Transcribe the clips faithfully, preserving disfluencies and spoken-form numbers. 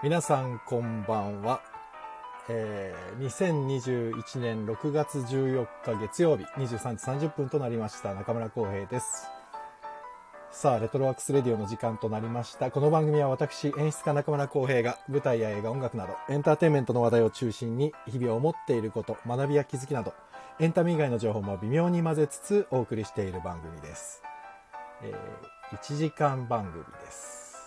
皆さんこんばんは、えー、にせんにじゅういちねんろくがつじゅうよっか月曜日にじゅうさんじさんじゅっぷんとなりました。中村浩平です。さあレトロワークスレディオの時間となりました。この番組は私演出家中村浩平が舞台や映画、音楽などエンターテインメントの話題を中心に日々思っていること、学びや気づきなどエンタメ以外の情報も微妙に混ぜつつお送りしている番組です。えー、いちじかん番組です。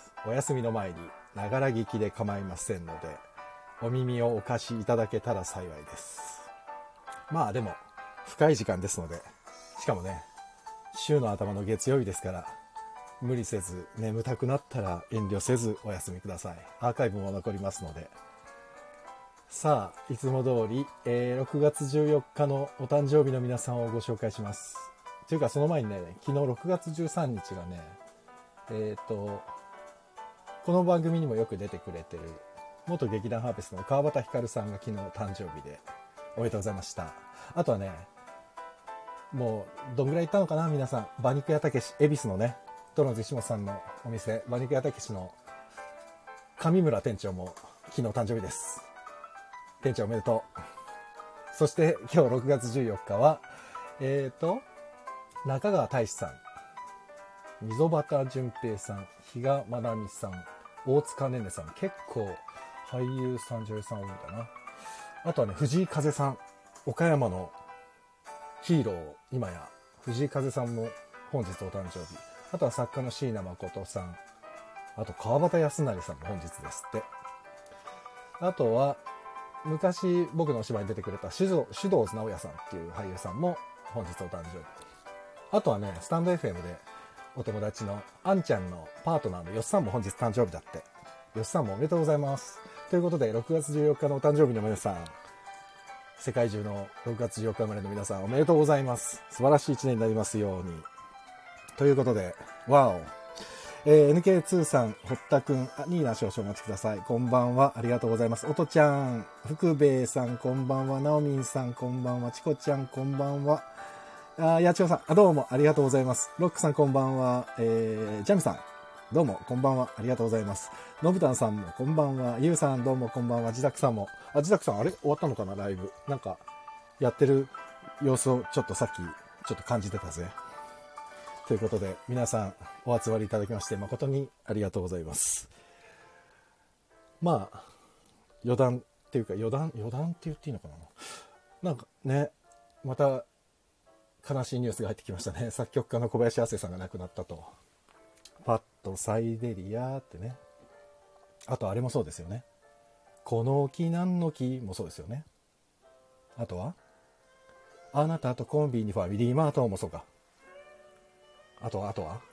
お休みの前にながら聞きで構いませんのでお耳をお貸しいただけたら幸いです。まあでも深い時間ですので、しかもね週の頭の月曜日ですから無理せず、眠たくなったら遠慮せずお休みください。アーカイブも残りますので。さあいつも通り、えー、ろくがつじゅうよっかのお誕生日の皆さんをご紹介します。というかその前にね、昨日ろくがつじゅうさんにちがね、えっとこの番組にもよく出てくれてる元劇団ハーペスの川端光さんが昨日誕生日でおめでとうございました。あとはね、もうどんぐらい行ったのかな皆さん、馬肉屋たけし恵比寿のねドロンズ石本さんのお店馬肉屋たけしの上村店長も昨日誕生日です。店長おめでとう。そして今日ろくがつじゅうよっかはえっと中川大志さん、溝端淳平さん、比嘉愛未さん、大塚ねねさん、結構俳優さん女優さん多いんだな。あとはね藤井風さん、岡山のヒーロー今や藤井風さんも本日お誕生日。あとは作家の椎名誠さん、あと川端康成さんも本日ですって。あとは昔僕のお芝居に出てくれた須藤直也さんっていう俳優さんも本日お誕生日。あとはねスタンド エフエム でお友達のあんちゃんのパートナーのよっさんも本日誕生日だって。よっさんもおめでとうございます。ということでろくがつじゅうよっかのお誕生日の皆さん、世界中のろくがつじゅうよっか生まれの皆さんおめでとうございます。素晴らしいいちねんになりますように。ということでワオ、えー、エヌケーツー さん、堀田くん、ニーナ少々お待ちください。こんばんは、ありがとうございます。おとちゃん、福兵衛さんこんばんは、なおみんさんこんばんは、ちこちゃんこんばんは、あやちおさん、あどうもありがとうございます。ロックさんこんばんは、えー、ジャムさんどうもこんばんは、ありがとうございます。のぶたんさんもこんばんは、ゆうさんどうもこんばんは、自宅さんも、あ自宅さんあれ終わったのかな、ライブなんかやってる様子をちょっとさっきちょっと感じてたぜ。ということで皆さんお集まりいただきまして誠にありがとうございます。まあ余談っていうか余談余談って言っていいのかな、なんかねまた悲しいニュースが入ってきましたね。作曲家の小林亜星さんが亡くなったと。パッとサイデリアってね。あとあれもそうですよね、この木なんの木もそうですよね。あとはあなたとコンビニファミリーマートもそうか。あとはあとは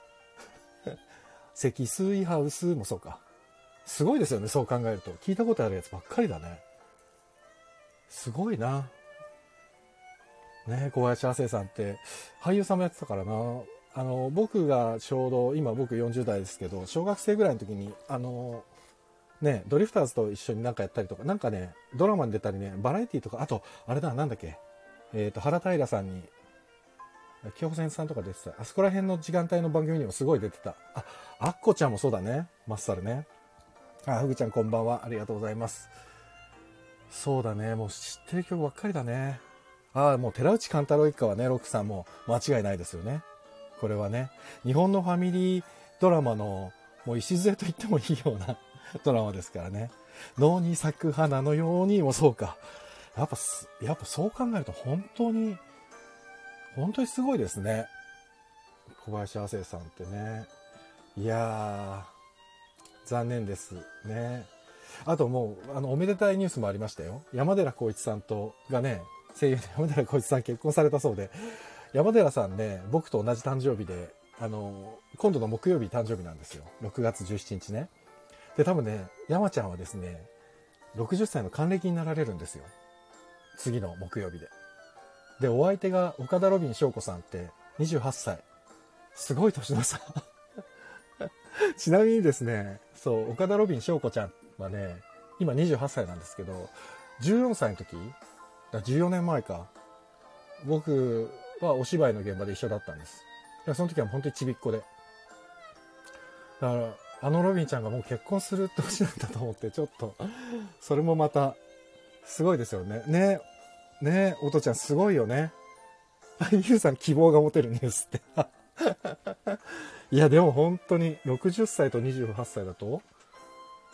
積水ハウスもそうか。すごいですよね、そう考えると。聞いたことあるやつばっかりだね。すごいなね。小林亜星さんって俳優さんもやってたからな。あの僕がちょうど今僕よんじゅうだいですけど、小学生ぐらいの時にあのねドリフターズと一緒になんかやったりとか、なんかねドラマに出たりね、バラエティとか、あとあれだなんだっけ、えっと原平さんに京線さんとか出てた、あそこら辺の時間帯の番組にもすごい出てた。あ、あっこちゃんもそうだね、マッサルね。あ、ふぐちゃんこんばんは、ありがとうございます。そうだね、もう知ってる曲ばっかりだね。あ、もう寺内貫太郎一家はね、ロックさんも間違いないですよね。これはね、日本のファミリードラマのもう礎と言ってもいいようなドラマですからね。野に咲く花のようにもそうか。やっぱやっぱそう考えると本当に本当にすごいですね、小林亜星さんってね。いやー残念ですね。あともうあのおめでたいニュースもありましたよ。山寺宏一さんとがね、声優の山寺宏一さん結婚されたそうで、山寺さんね僕と同じ誕生日で、あの今度の木曜日誕生日なんですよ、ろくがつじゅうしちにちね。で多分ね山ちゃんはですねろくじゅっさいの還暦になられるんですよ、次の木曜日で。でお相手が岡田ロビン翔子さんってにじゅうはっさい、すごい年の差ちなみにですね、そう岡田ロビン翔子ちゃんはね今にじゅうはっさいなんですけど、じゅうよんさいの時だ、じゅうよねんまえか、僕はお芝居の現場で一緒だったんです。その時は本当にちびっこで、だからあのロビンちゃんがもう結婚する年なんだと思って、ちょっと、それもまた、すごいですよね。ねねおとちゃんすごいよね。ゆうさん希望が持てるニュースって。いや、でも本当にろくじゅっさいとにじゅうはっさいだと、え ?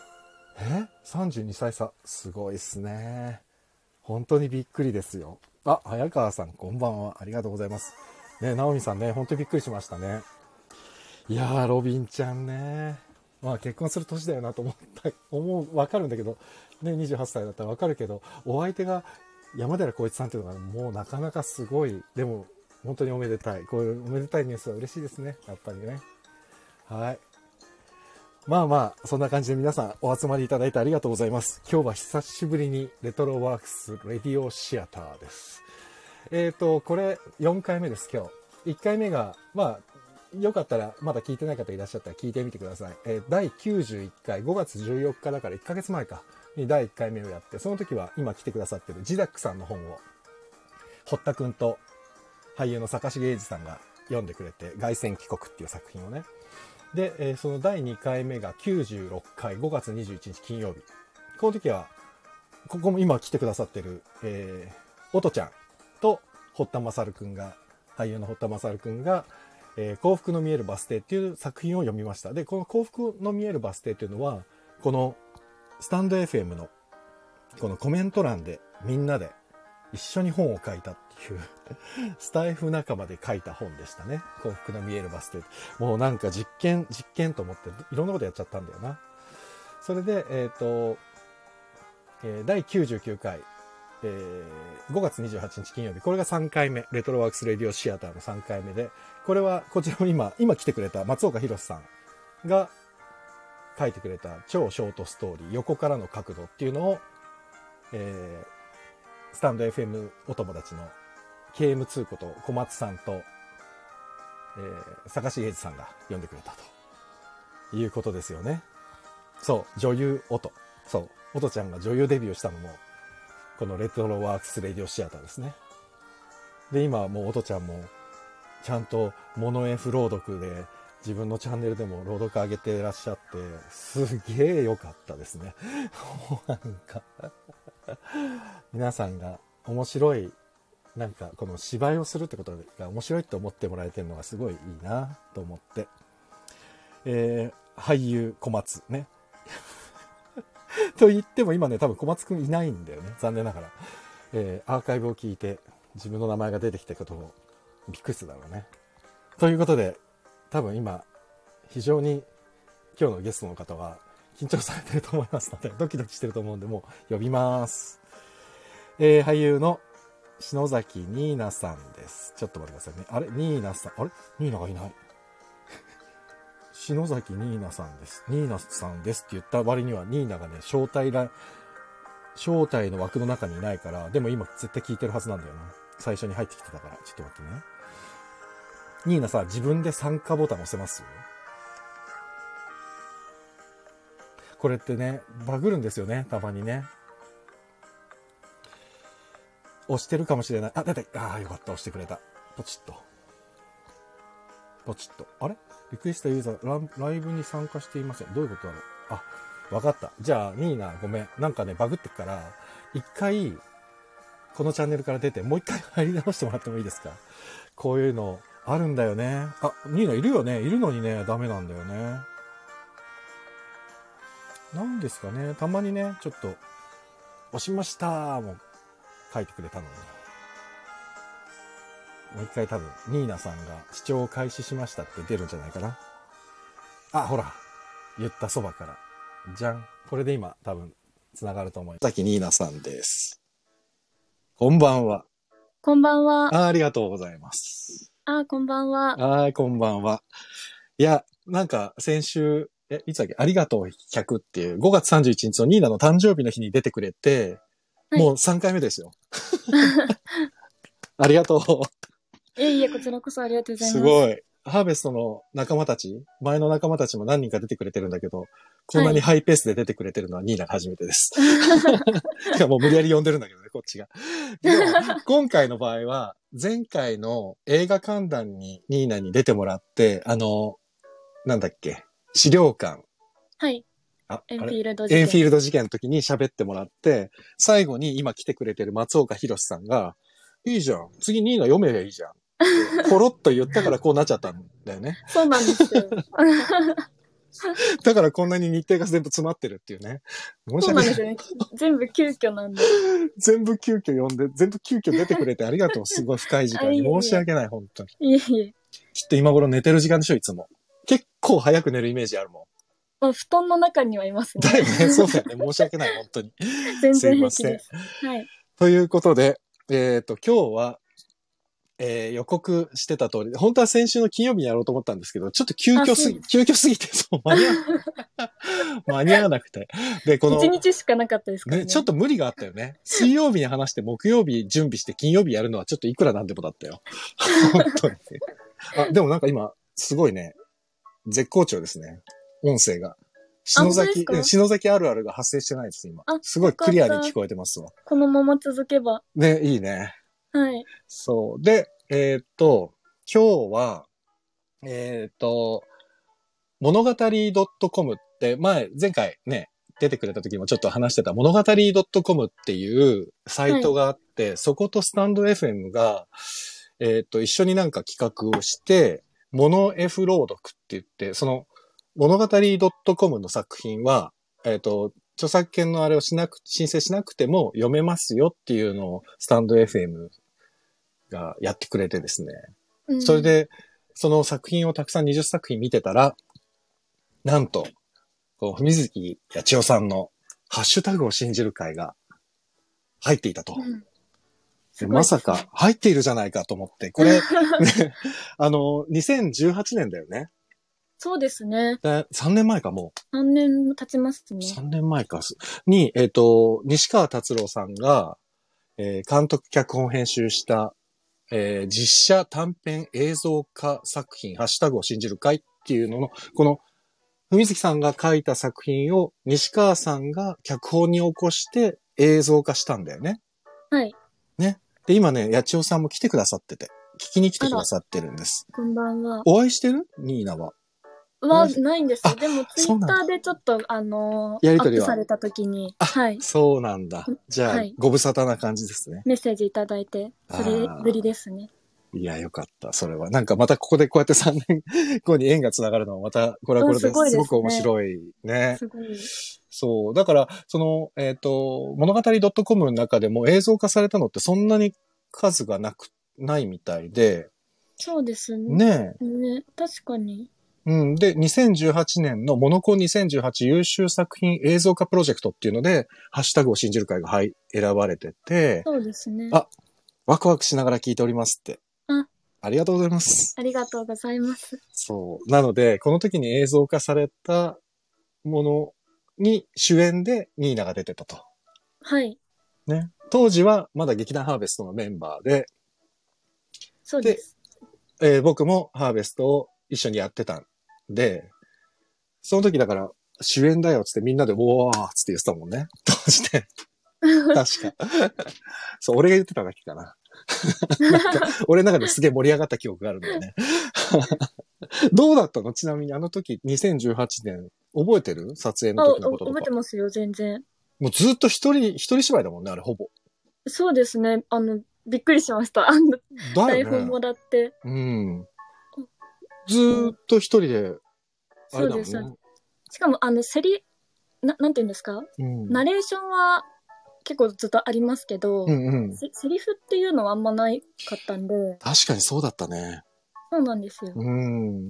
さんじゅうに 歳差。すごいっすね。本当にびっくりですよ。あ、早川さんこんばんは。ありがとうございます。ね、ナオミさんね、本当にびっくりしましたね。いやー、ロビンちゃんね。まあ結婚する年だよなと思った、思う、わかるんだけど、ね、にじゅうはっさいだったらわかるけど、お相手が山寺宏一さんっていうのがもうなかなかすごい、でも本当におめでたい。こういうおめでたいニュースは嬉しいですね。やっぱりね。はい。まあまあ、そんな感じで皆さんお集まりいただいてありがとうございます。今日は久しぶりにレトロワークスレディオシアターです。えっと、これよんかいめです、今日。いっかいめが、まあ、よかったら、まだ聞いてない方いらっしゃったら聞いてみてください。えー、だいきゅうじゅういっかい、ごがつじゅうよっかだからいっかげつまえか、にだいいっかいめをやって、その時は今来てくださってるジダックさんの本を、堀田くんと俳優の坂重英二さんが読んでくれて、凱旋帰国っていう作品をね。で、えー、そのだいにかいめがきゅうじゅうろっかい、ごがつにじゅういちにち金曜日。この時は、ここも今来てくださってる、えー、おとちゃんと堀田勝くんが、俳優の堀田勝くんが、えー、幸福の見えるバス停っていう作品を読みました。で、この幸福の見えるバス停っていうのは、このスタンド エフエム のこのコメント欄でみんなで一緒に本を書いたっていうスタイフ仲間で書いた本でしたね。幸福の見えるバス停。もうなんか実験、実験と思っていろんなことやっちゃったんだよな。それで、えっと、えー、だいきゅうじゅうきゅうかい、えー、ごがつにじゅうはちにち金曜日。これがさんかいめ。レトロワークスレディオシアターのさんかいめで、これはこちらも今、今来てくれた松岡弘さんが書いてくれた超ショートストーリー、横からの角度っていうのを、えー、スタンド エフエム お友達の ケーエムツー こと小松さんと、えー、坂重英二さんが読んでくれたということですよね。そう、女優音。そう、音ちゃんが女優デビューしたのも、このレトロワークスレディオシアターですね。で、今はもう音ちゃんも、ちゃんとモノエフ朗読で、自分のチャンネルでも朗読上げていらっしゃって、すげえ良かったですね。もうなんか皆さんが面白い、なんかこの芝居をするってことが面白いって思ってもらえてるのがすごいいいなと思って。えー、俳優小松ね。と言っても今ね、多分小松くんいないんだよね。残念ながら。えー、アーカイブを聞いて自分の名前が出てきたことをびっくりするだろうね。ということで、多分今、非常に今日のゲストの方は緊張されてると思いますので、ドキドキしてると思うんで、もう呼びます。えー、俳優の篠崎ニーナさんです。ちょっと待ってくださいね。あれニーナさん。あれニーナがいない。篠崎ニーナさんです。ニーナさんですって言った割には、ニーナがね、招待ら、招待の枠の中にいないから、でも今絶対聞いてるはずなんだよな。最初に入ってきてたから。ちょっと待ってね。ニーナさ、自分で参加ボタン押せます？これってね、バグるんですよね、たまにね。押してるかもしれない。あ、だいたい、ああ、よかった、押してくれた。ポチッと。ポチッと。あれリクエストユーザーラ、ライブに参加していません。どういうことだろう。あ、わかった。じゃあ、ニーナ、ごめん。なんかね、バグってっから、一回、このチャンネルから出て、もう一回入り直してもらってもいいですか？こういうの、あるんだよね。あ、ニーナいるよね。いるのにね、ダメなんだよね。なんですかね。たまにね、ちょっと、押しましたーも書いてくれたのに。もう一回多分、ニーナさんが視聴を開始しましたって出るんじゃないかな。あ、ほら。言ったそばから。じゃん。これで今、多分、つながると思います。さきニーナさんです。こんばんは。 こんばんは。 あ、ありがとうございます。 あ、こんばんは。 はい、こんばんは。いや、なんか、先週、え、いつだっけありがとうひゃくっていう、ごがつさんじゅういちにちのニーナの誕生日の日に出てくれて、はい、もうさんかいめですよ。ありがとう。 いえいえ、こちらこそありがとうございます。 すごい。ハーベストの仲間たち、前の仲間たちも何人か出てくれてるんだけど、こんなにハイペースで出てくれてるのはニーナが初めてです。いや、もう無理やり呼んでるんだけどね、こっちが。でも、今回の場合は、前回の映画観覧にニーナに出てもらって、あの、なんだっけ、資料館はい。 あ、 エンフあれィールド事件。 エンフィールド事件の時に喋ってもらって、最後に今来てくれてる松岡弘さんが、いいじゃん。次ニーナ読めばいいじゃん。ってポロッと言ったからこうなっちゃったんだよね。 そうなんですよ。 だからこんなに日程が全部詰まってるっていうね。申しそう訳ない。 なんですよね。全部急遽なんで。 全部急遽呼んで、全部急遽出てくれてありがとう。すごい深い時間に。 あいえいえ申し訳ない、本当に。 いえいえ。 きっと今頃寝てる時間でしょ、いつも。結構早く寝るイメージあるもん。 まあ、布団の中にはいますね。 だよね、そうだよね。申し訳ない、本当に。 全然すいません平気です。はい。 ということで、えっと、今日は、えー予告してた通り、本当は先週の金曜日にやろうと思ったんですけど、ちょっと急遽すぎ、 あそうです急遽すぎて、そう、間に合わ間に合わなくて。で、この、 一日しかなかったですからね。 ね、ちょっと無理があったよね。水曜日に話して木曜日準備して金曜日やるのはちょっといくらなんでもだったよ。本当に。あ、でもなんか今、すごいね、絶好調ですね。音声が。篠本当崎、 ですか篠崎あるあるが発生してないです、今。 あすごいクリアに聞こえてますわ。 このまま続けば。 ね、いいね。 はい。 そう。で、えーっと、今日は、えーっと、物語 .com って前、前回ね、出てくれた時もちょっと話してた物語 .com っていうサイトがあって、そことスタンド エフエム が、えーっと、一緒になんか企画をして、モノ F 朗読って言って、その物語 .com の作品は、えーっと、著作権のあれをしなく、申請しなくても読めますよっていうのをスタンド エフエム がやってくれてですね。 うん、 それで、その作品をたくさんにじゅっさく品見てたら、なんと、こう、文月八千代さんのハッシュタグを信じる会が入っていたと。 うんでまさか入っているじゃないかと思って、これ、ね、あの、にせんじゅうはちねんだよね。 そうですね。 でさんねんまえかもさんねん経ちますう。 ね。 さんねんまえか。に、えっ、と、西川達郎さんが、えー監督脚本編集した、えー実写短編映像化作品、ハッシュタグを信じる会っていうのの、この、文月さんが書いた作品を西川さんが脚本に起こして映像化したんだよね。 はい。 ね。で、今ね、八千代さんも来てくださってて、聞きに来てくださってるんです。 こんばんは。 お会いしてるニーナは。 は、ないんですよ。 あでも、ツイそうなんだッターでちょっと、あのー、アやりとりはップされた時に、はい。 そうなんだ。じゃあ、 はいご無沙汰な感じですね。 メッセージいただいて、それぶりですね。 いや、よかった。それは。なんかまたここでこうやってさんねんごに縁がつながるのはまた、これはこれですごく面白いね。 すごい。 そう。だから、その、えっ、と、物語 .com の中でも映像化されたのってそんなに数がなく、ないみたいで。 そうですね。 ねね、確かに。 うん。で、にせんじゅうはちねんのモノコンにせんじゅうはち優秀作品映像化プロジェクトっていうので、ハッシュタグを信じる会が、はい、選ばれてて。 そうですね。 あ、ワクワクしながら聞いておりますって。 あ、 ありがとうございます。 ありがとうございます。 そう。なので、この時に映像化されたものに主演でニーナが出てたと。 はい。 ね。当時はまだ劇団ハーベストのメンバーで、 そうです。 で、えー僕もハーベストを一緒にやってたんで、その時だから主演だよっつってみんなで、おーっつって言ってたもんね。当時で。確か。そう、俺が言ってただけかな。なんか俺の中ですげえ盛り上がった記憶があるんだよね。どうだったのちなみにあの時にせんじゅうはちねん覚えてる撮影の時のこととか。 覚えてますよ、全然。 もうずっと一人、一人芝居だもんね、あれほぼ。 そうですね。あの、びっくりしました。あの、台本もらって。 うん。ずーっと一人で、あれだもんね。 そうです。しかも、あの、セリ、な、なんて言うんですか、うん、ナレーションは結構ずっとありますけど、うんうん、セリフっていうのはあんまないかったんで。 確かにそうだったね。 そうなんですよ。 うん。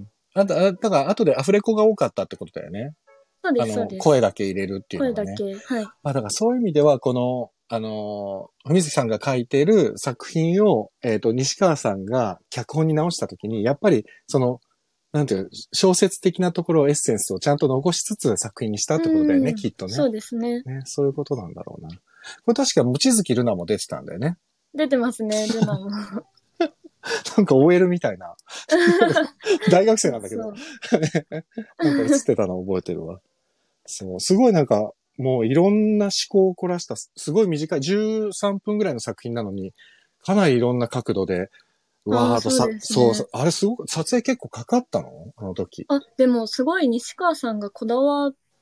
あだ、だから後でアフレコが多かったってことだよね。 そうです、そうです。 声だけ入れるっていうのがね。 声だけ、はい。 まあだからそういう意味では、この、あの、文月さんが書いている作品を、えっと、西川さんが脚本に直したときに、やっぱり、その、なんていう、小説的なところ、エッセンスをちゃんと残しつつ作品にしたってことだよね、きっとね。 そうですね。 ね。そういうことなんだろうな。これ確か、望月ルナも出てたんだよね。 出てますね、ルナも。 なんか オーエル みたいな。大学生なんだけど。なんか映ってたの覚えてるわ。そう。すごいなんか、もういろんな思考を凝らした、すごい短い、じゅうさんぷんぐらいの作品なのに、かなりいろんな角度で、わーっとさ、そう、そう、あれすごく、撮影結構かかったのあの時。 あ、でもすごい西川さんがこだわっ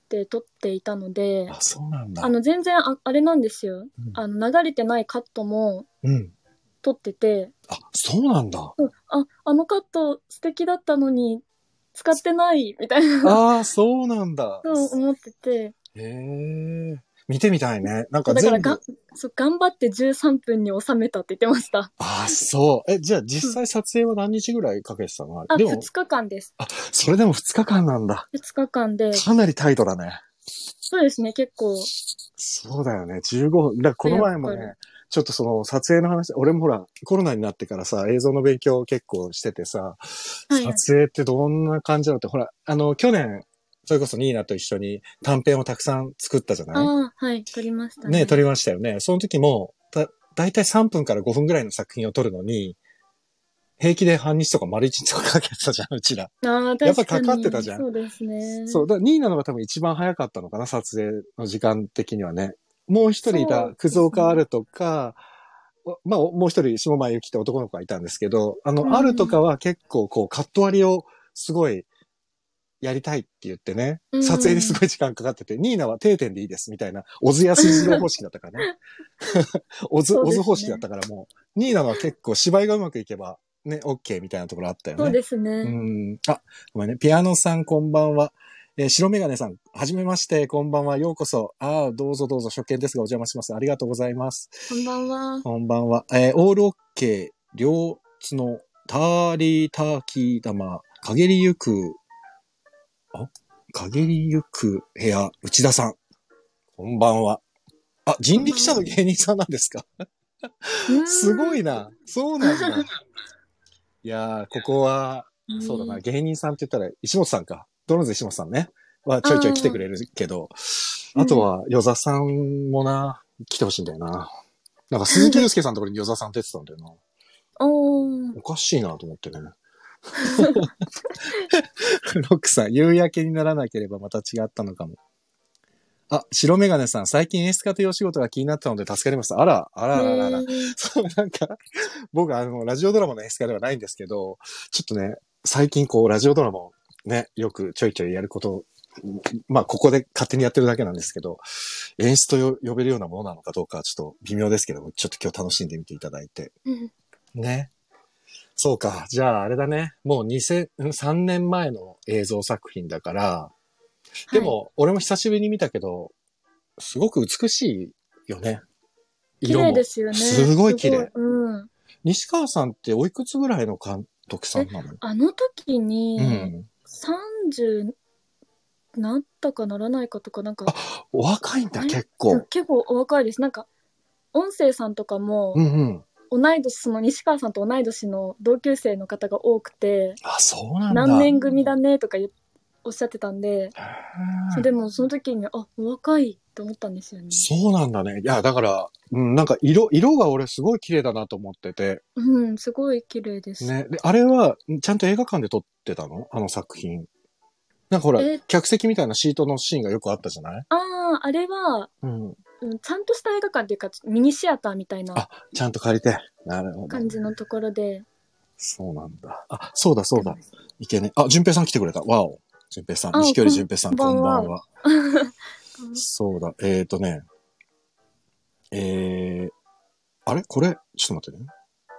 で撮っていたので、 あ、そうなんだ。 あの、全然あ、あれなんですよ。うん、あの、流れてないカットも、撮ってて、うん。 あ、そうなんだ。 うん、あ、あのカット素敵だったのに、使ってない、みたいな。 ああ、そうなんだ。 そう思ってて。 へえ。見てみたいね。なんか全部。だからがそう、頑張ってじゅうさんぷんに収めたって言ってました。 ああ、そう。え、じゃあ実際撮影は何日ぐらいかけてたの？ あ、でもふつかかんです。 あ、それでもふつかかんなんだ。 ふつかかんで。 かなりタイトだね。 そうですね、結構。 そうだよね。じゅうごふん。だからこの前もね、ちょっとその撮影の話、俺もほら、コロナになってからさ、映像の勉強を結構しててさ、はいはい、撮影ってどんな感じだろうって、ほら、あの、去年、それこそニーナと一緒に短編をたくさん作ったじゃない？ ああ、はい、撮りましたね。 ね、撮りましたよね。その時も、だ、だいたいさんぷんからごふんぐらいの作品を撮るのに、平気で半日とか丸一日とかかけてたじゃん、うちら。 ああ、確かに。 やっぱかかってたじゃん。 そうですね。 そう。だからニーナのが多分一番早かったのかな、撮影の時間的にはね。もう一人いた、クゾオカあるとか、まあ、もう一人、下前ゆきって男の子がいたんですけど、あの、うん、あるとかは結構こう、カット割りをすごい、やりたいって言ってね、撮影にすごい時間かかってて、うん、ニーナは定点でいいですみたいな、小津安二郎方式だったからね。小津、小津方式だったからもう、ニーナのは結構芝居がうまくいけば、ね、OK みたいなところあったよね。 そうですね。 うん。あ、ごめんね。ピアノさんこんばんは。えー、白メガネさん、はじめまして、こんばんは、ようこそ。ああ、どうぞどうぞ、初見ですがお邪魔します。ありがとうございます。 こんばんは。 こんばんは。えー、オールオッケー、両津のターリーターキー玉、陰りゆく、あ陰りゆく部屋、内田さん。こんばんは。あ、人力車の芸人さんなんですか？すごいな。そうなんだ。いやー、ここは、そうだな、芸人さんって言ったら、石本さんか。ドローンズ石本さんね。はちょいちょい来てくれるけど、あ, あとは、与座さんもな、来てほしいんだよな。なんか鈴木祐介さんのところに与座さん出てたんだよな。おおかしいなと思ってね。ロックさん、夕焼けにならなければまた違ったのかも。あ、白メガネさん、最近演出家というお仕事が気になったので助かります。あら、あらあらあら。そう、なんか、僕あの、ラジオドラマの演出家ではないんですけど、ちょっとね、最近こう、ラジオドラマをね、よくちょいちょいやることを、まあ、ここで勝手にやってるだけなんですけど、演出と呼べるようなものなのかどうかはちょっと微妙ですけども、ちょっと今日楽しんでみていただいて。うん、ね。そうか。じゃあ、あれだね。もうにせんさんねんまえの映像作品だから、でも、はい、俺も久しぶりに見たけど、すごく美しいよね。 綺麗ですよね。 すごい綺麗。 うん。 西川さんっておいくつぐらいの監督さんなの？ あの時に、さんじゅうなったかならないかとかなんか。 あ、お若いんだ、結構。 結構お若いです。なんか、音声さんとかも、うんうん、同い年、その西川さんと同い年の同級生の方が多くて、 あ、そうなんだ。 何年組だねとかおっしゃってたんで、でもその時に、あ、お若いって思ったんですよね。 そうなんだね。いや、だから、うん、なんか色、色が俺すごい綺麗だなと思ってて。 うん、すごい綺麗です。 ね。で、あれは、ちゃんと映画館で撮ってたの？あの作品。なんかほら、客席みたいなシートのシーンがよくあったじゃない？ ああ、あれは、うん、ちゃんとした映画館っていうか、ミニシアターみたいな。 あ、ちゃんと借りて。なるほど。 感じのところで。 そうなんだ。あ、そうだそうだ。いけね。あ、淳平さん来てくれた。わお。淳平さん。西距離淳平さん、こんばんは。そうだ。えーとね。えー、あれこれちょっと待ってね。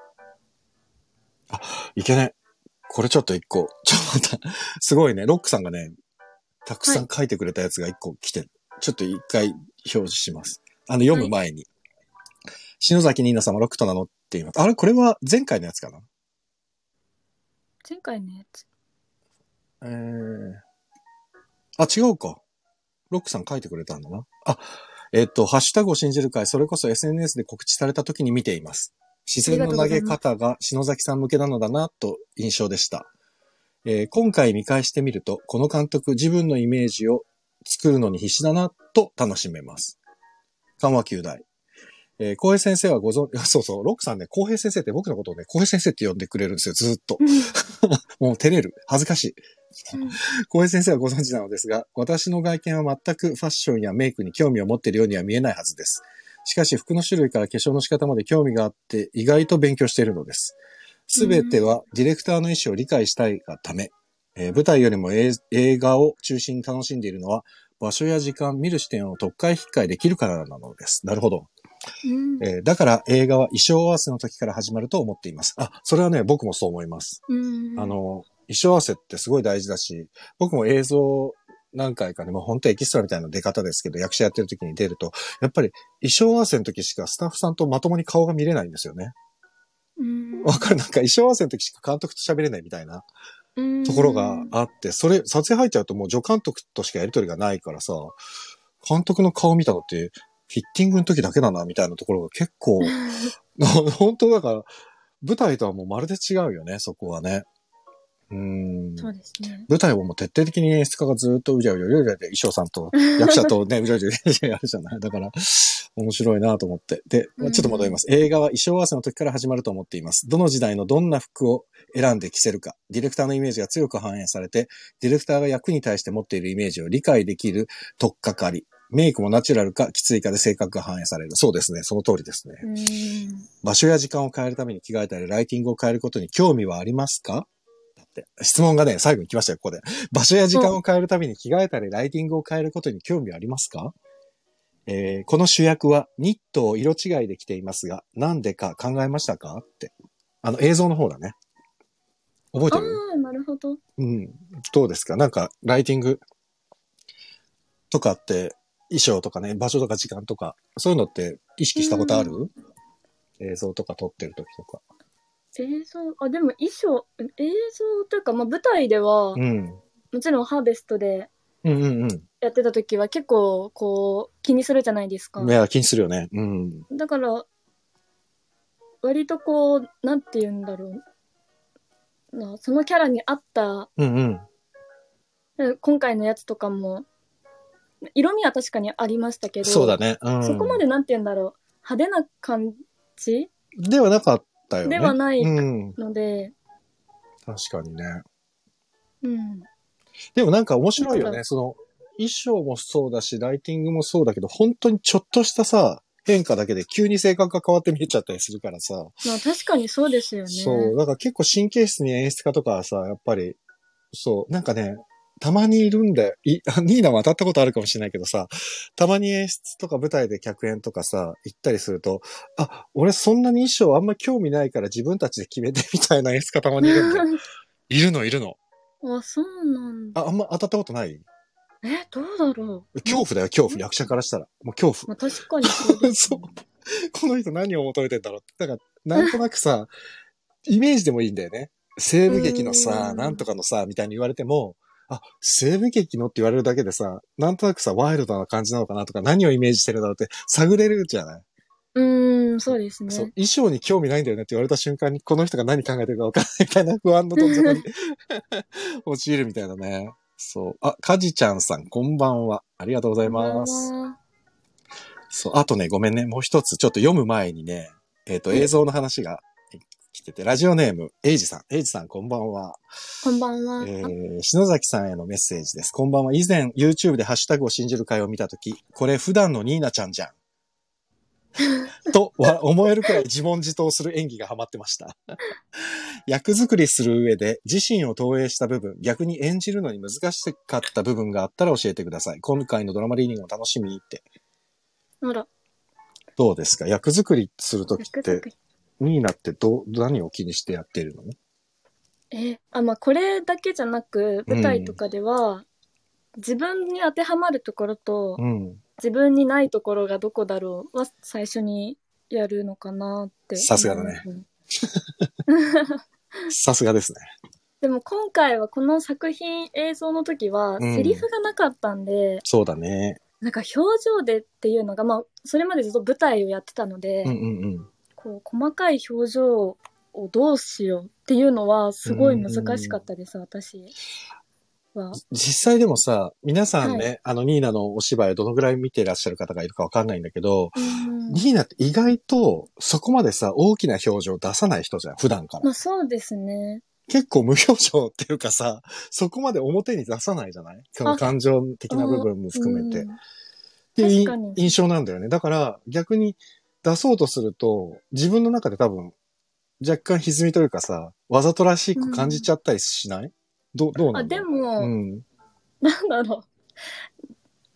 あ、いけね。これちょっと一個。ちょっと待った。すごいね。ロックさんがね、たくさん書いてくれたやつが一個来て、はい、ちょっと一回表示します。あの、読む前に。はい、篠崎ニーナ様ロックと名乗っています。あれこれは前回のやつかな？ 前回のやつ。 えー、あ、違うか。ロックさん書いてくれたんだな。あ、えっと、ハッシュタグを信じる会、それこそ エスエヌエス で告知された時に見ています。視線の投げ方が篠崎さん向けなのだな、と印象でした。えー、今回見返してみると、この監督、自分のイメージを作るのに必死だな、と楽しめます。緩和球大。えー、浩平先生はご存、そうそう、ロックさんね、浩平先生って僕のことをね、浩平先生って呼んでくれるんですよ、ずーっと。もう照れる。恥ずかしい。浩平先生はご存知なのですが、私の外見は全くファッションやメイクに興味を持っているようには見えないはずです。しかし服の種類から化粧の仕方まで興味があって意外と勉強しているのです。すべてはディレクターの意思を理解したいがため、えー、舞台よりも映画を中心に楽しんでいるのは場所や時間、見る視点を特会引っかえできるからなのです。なるほど。 うんえー、だから映画は衣装合わせの時から始まると思っています。あ、それはね、僕もそう思います。 うん、 あの、衣装合わせってすごい大事だし、僕も映像何回かね、もう本当エキストラみたいな出方ですけど、役者やってる時に出ると、やっぱり衣装合わせの時しかスタッフさんとまともに顔が見れないんですよね。わかる？なんか衣装合わせの時しか監督と喋れないみたいなところがあって、それ、撮影入っちゃうともう助監督としかやりとりがないからさ、監督の顔見たのって、フィッティングの時だけだな、みたいなところが結構、本当だから、舞台とはもうまるで違うよね、そこはね。うーん。 そうですね。 舞台はもう徹底的に演出家がずっとうじゃうじゃうじゃうじゃ衣装さんと役者とね、うじゃうじゃうじゃやるじゃない。だから、面白いなと思って。で、ちょっと戻ります。映画は衣装合わせの時から始まると思っています。どの時代のどんな服を選んで着せるか、ディレクターのイメージが強く反映されて、ディレクターが役に対して持っているイメージを理解できる取っかかり。メイクもナチュラルかきついかで性格が反映される。そうですね。その通りですね。場所や時間を変えるために着替えたり、ライティングを変えることに興味はありますか？だって質問がね、最後に来ましたよ、ここで。場所や時間を変えるために着替えたり、ライティングを変えることに興味はありますか？えー、この主役はニットを色違いで着ていますが、なんでか考えましたかって。あの映像の方だね。覚えてる？ ああ、なるほど。 うん。どうですか？なんか、ライティングとかって、衣装とかね、場所とか時間とか、そういうのって意識したことある？映像とか撮ってる時とか。 映像、あ、でも衣装、映像というか、まあ舞台では、うん、もちろんハーベストで、 うんうんうん。 やってた時は結構、こう、気にするじゃないですか。 いや、気にするよね。うん。 だから、割とこう、なんて言うんだろう。な、そのキャラに合った、 うんうん、今回のやつとかも、色味は確かにありましたけど、 そうだね。うん、 そこまでなんて言うんだろう。派手な感じではなかったよね。 ではないので、 うん、確かにね。 うん。 でもなんか面白いよね。その、衣装もそうだし、ライティングもそうだけど、本当にちょっとしたさ、変化だけで急に性格が変わって見えちゃったりするからさ。 まあ確かにそうですよね。 そう。だから結構神経質に演出家とかはさ、やっぱり、そう、なんかね、たまにいるんだよ。い、ニーナも当たったことあるかもしれないけどさ、たまに演出とか舞台で客演とかさ、行ったりすると、あ、俺そんなに衣装あんま興味ないから自分たちで決めてみたいな演出家たまにいるんだよ。いるの、いるの。 あ、そうなんだ。 あ、あんま当たったことない？ え、どうだろう。 恐怖だよ、恐怖。役者からしたら。もう恐怖。 まあ、確かにそうです、 ね。そう。この人何を求めてんだろうって。だから、なんとなくさ、イメージでもいいんだよね。西部劇のさ、なんとかのさ、みたいに言われても、あ、西部劇のって言われるだけでさ、なんとなくさ、ワイルドな感じなのかなとか、何をイメージしてるんだろうって探れるじゃない？ うーん、そうですね。 そう、衣装に興味ないんだよねって言われた瞬間に、この人が何考えてるか分からないみたいな不安のどん底に陥るみたいなね。そう。あ、かじちゃんさん、こんばんは。ありがとうございます。そう。あとね、ごめんね。もう一つ、ちょっと読む前にね、えっと、映像の話が来てて、ラジオネーム、エイジさん。エイジさん、こんばんは。 こんばんは。 えー、篠崎さんへのメッセージです。こんばんは。以前、YouTube でハッシュタグを信じる会を見たとき、これ普段のニーナちゃんじゃん。と思えるくらい自問自答する演技がハマってました。役作りする上で自身を投影した部分、逆に演じるのに難しかった部分があったら教えてください。今回のドラマリーディングも楽しみって。 あら。 どうですか？役作りするときって、ニーナってど、何を気にしてやってるの？ え、あ、まあ、これだけじゃなく、舞台とかでは、うん、自分に当てはまるところと、うん、自分にないところがどこだろうは最初にやるのかなって。 さすがだね。さすがですね。 でも今回はこの作品映像の時は、セリフがなかったんで、うん、 そうだね。 なんか表情でっていうのが、まあ、それまでずっと舞台をやってたので、 うんうんうん、 こう細かい表情をどうしようっていうのはすごい難しかったです、うん、私は。 実際でもさ、皆さんね、はい、あのニーナのお芝居をどのぐらい見ていらっしゃる方がいるかわかんないんだけど、うん、ニーナって意外とそこまでさ、大きな表情出さない人じゃん、普段から。 まあそうですね。 結構無表情っていうかさ、そこまで表に出さないじゃない？その感情的な部分も含めて。っていう印象なんだよね。だから逆に出そうとすると、自分の中で多分若干歪みというかさ、わざとらしく感じちゃったりしない？うん、ど, どうなんだろう？ あ、でも、うん、なんだろう。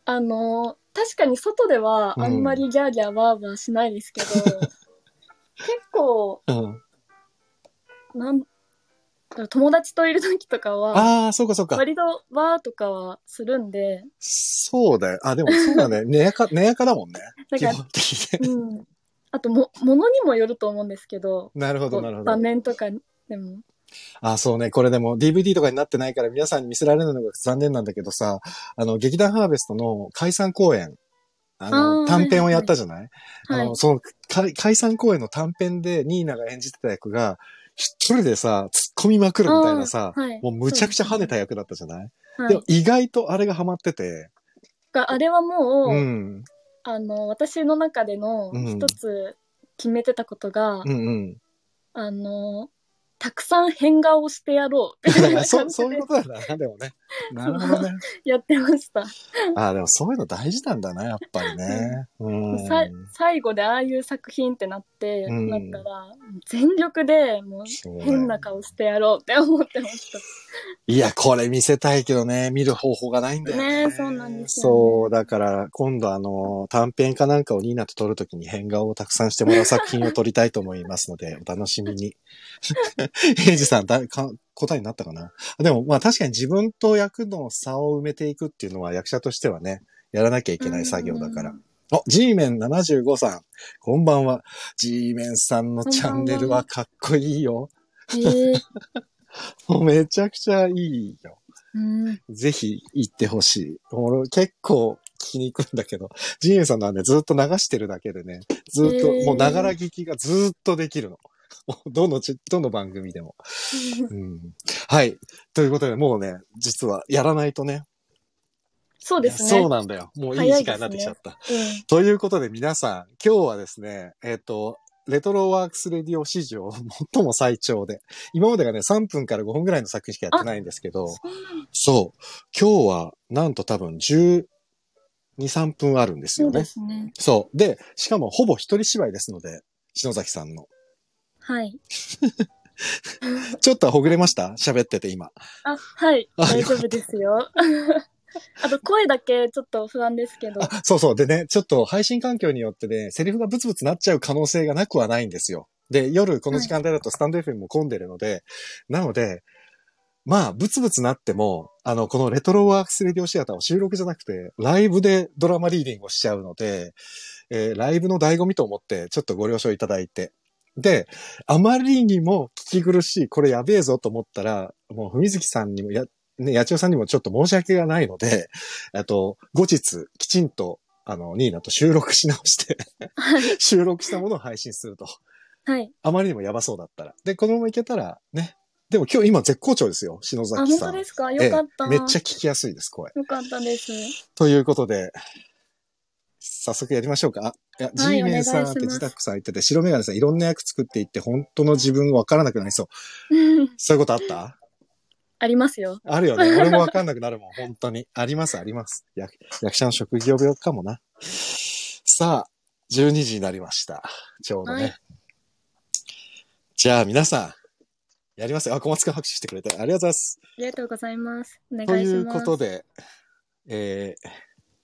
あの、確かに外ではあんまりギャーギャーワーワーしないですけど、うん、結構、うん、なん友達といる時とかは、 ああ、そうかそうか。 割とわーとかはするんで。 そうだよ。あ、でもそうだね。寝やか、寝やかだもんね。基本的に。 うん。あとも、ものにもよると思うんですけど。 なるほど、なるほど。 場面とかでも。 あ、そうね。これでも ディーブイディー とかになってないから皆さんに見せられるのが残念なんだけどさ、あの、劇団ハーベストの解散公演、あの、あ短編をやったじゃない、はいはいはい、あの、その、解散公演の短編でニーナが演じてた役が、一人でさ、突っ込みまくるみたいなさ、はい、もうむちゃくちゃ跳ねた役だったじゃない、はい、でも意外とあれがハマってて。 あれはもう、うん、あの、私の中での一つ決めてたことが、うんうん、あの、たくさん変顔をしてやろう。 だからそそういうことなんだな、でもね。なるほどね。 やってました。 ああ、でもそういうの大事なんだな、やっぱりね。うん、 さ最後でああいう作品ってなって、うん、なったら、全力でもう変な顔してやろうって思ってました。 いや、これ見せたいけどね、見る方法がないんだよね。 ね、そうなんですよ、ね。 そう、だから今度あの、短編かなんかをニーナと撮るときに変顔をたくさんしてもらう作品を撮りたいと思いますので、お楽しみに。エイジさん、だか答えになったかな。でもまあ確かに自分と役の差を埋めていくっていうのは役者としてはね、やらなきゃいけない作業だから。あ、G メンななじゅうごさん。こんばんは。G メンさんのチャンネルはかっこいいよ。えー、もうめちゃくちゃいいよ。うん、ぜひ行ってほしい。俺結構聞きに行くんだけど、G メンさんのはね、ずっと流してるだけでね、ずっと、えー、もうながら聞きがずっとできるの。どのち、どの番組でも、うん。はい。ということで、もうね、実はやらないとね。 そうですね。 そうなんだよ。もういい時間になってきちゃった。ねうん、ということで皆さん、今日はですね、えっと、レトロワークスレディオ史上最も最長で、今までがね、さんぷんからごふんぐらいの作品しかやってないんですけど、そうそう。今日は、なんと多分じゅうに、さんぷんあるんですよね。そうですね。そう。で、しかもほぼ一人芝居ですので、篠崎さんの。 はい。 ちょっとほぐれました喋ってて今。 あ、はい。大丈夫ですよ。あと声だけちょっと不安ですけど。 そうそう。でね、ちょっと配信環境によってね、セリフがブツブツなっちゃう可能性がなくはないんですよ。で、夜この時間帯だとスタンド エフエム も混んでるので、はい、なので、まあ、ブツブツなっても、あの、このレトロワークスレディオシアターは収録じゃなくて、ライブでドラマリーディングをしちゃうので、えー、ライブの醍醐味と思って、ちょっとご了承いただいて。で、あまりにも聞き苦しい、これやべえぞと思ったら、もう、ふみずきさんにもや、ね、やちおさんにもちょっと申し訳がないので、あと、後日、きちんと、あの、ニーナと収録し直して収録したものを配信すると。 はい。 あまりにもやばそうだったら。で、このままいけたら、ね。でも今日今絶好調ですよ、篠崎さん。 あ、本当ですか？よかった、 ええ。めっちゃ聞きやすいです、声。 よかったです。 ということで、早速やりましょうか。いや、はい、G メンさんってジタックさん言ってて、白メガネさんいろんな役作っていって、本当の自分わからなくなりそう。そういうことあった？ ありますよ。 あるよね。俺もわかんなくなるもん、本当に。あります、あります。役、役者の職業病かもな。さあ、じゅうにじになりました。ちょうどね。はい、じゃあ皆さん、やりますよ。あ、小松くん拍手してくれて。ありがとうございます。 ありがとうございます。お願いします。 ということで、えー、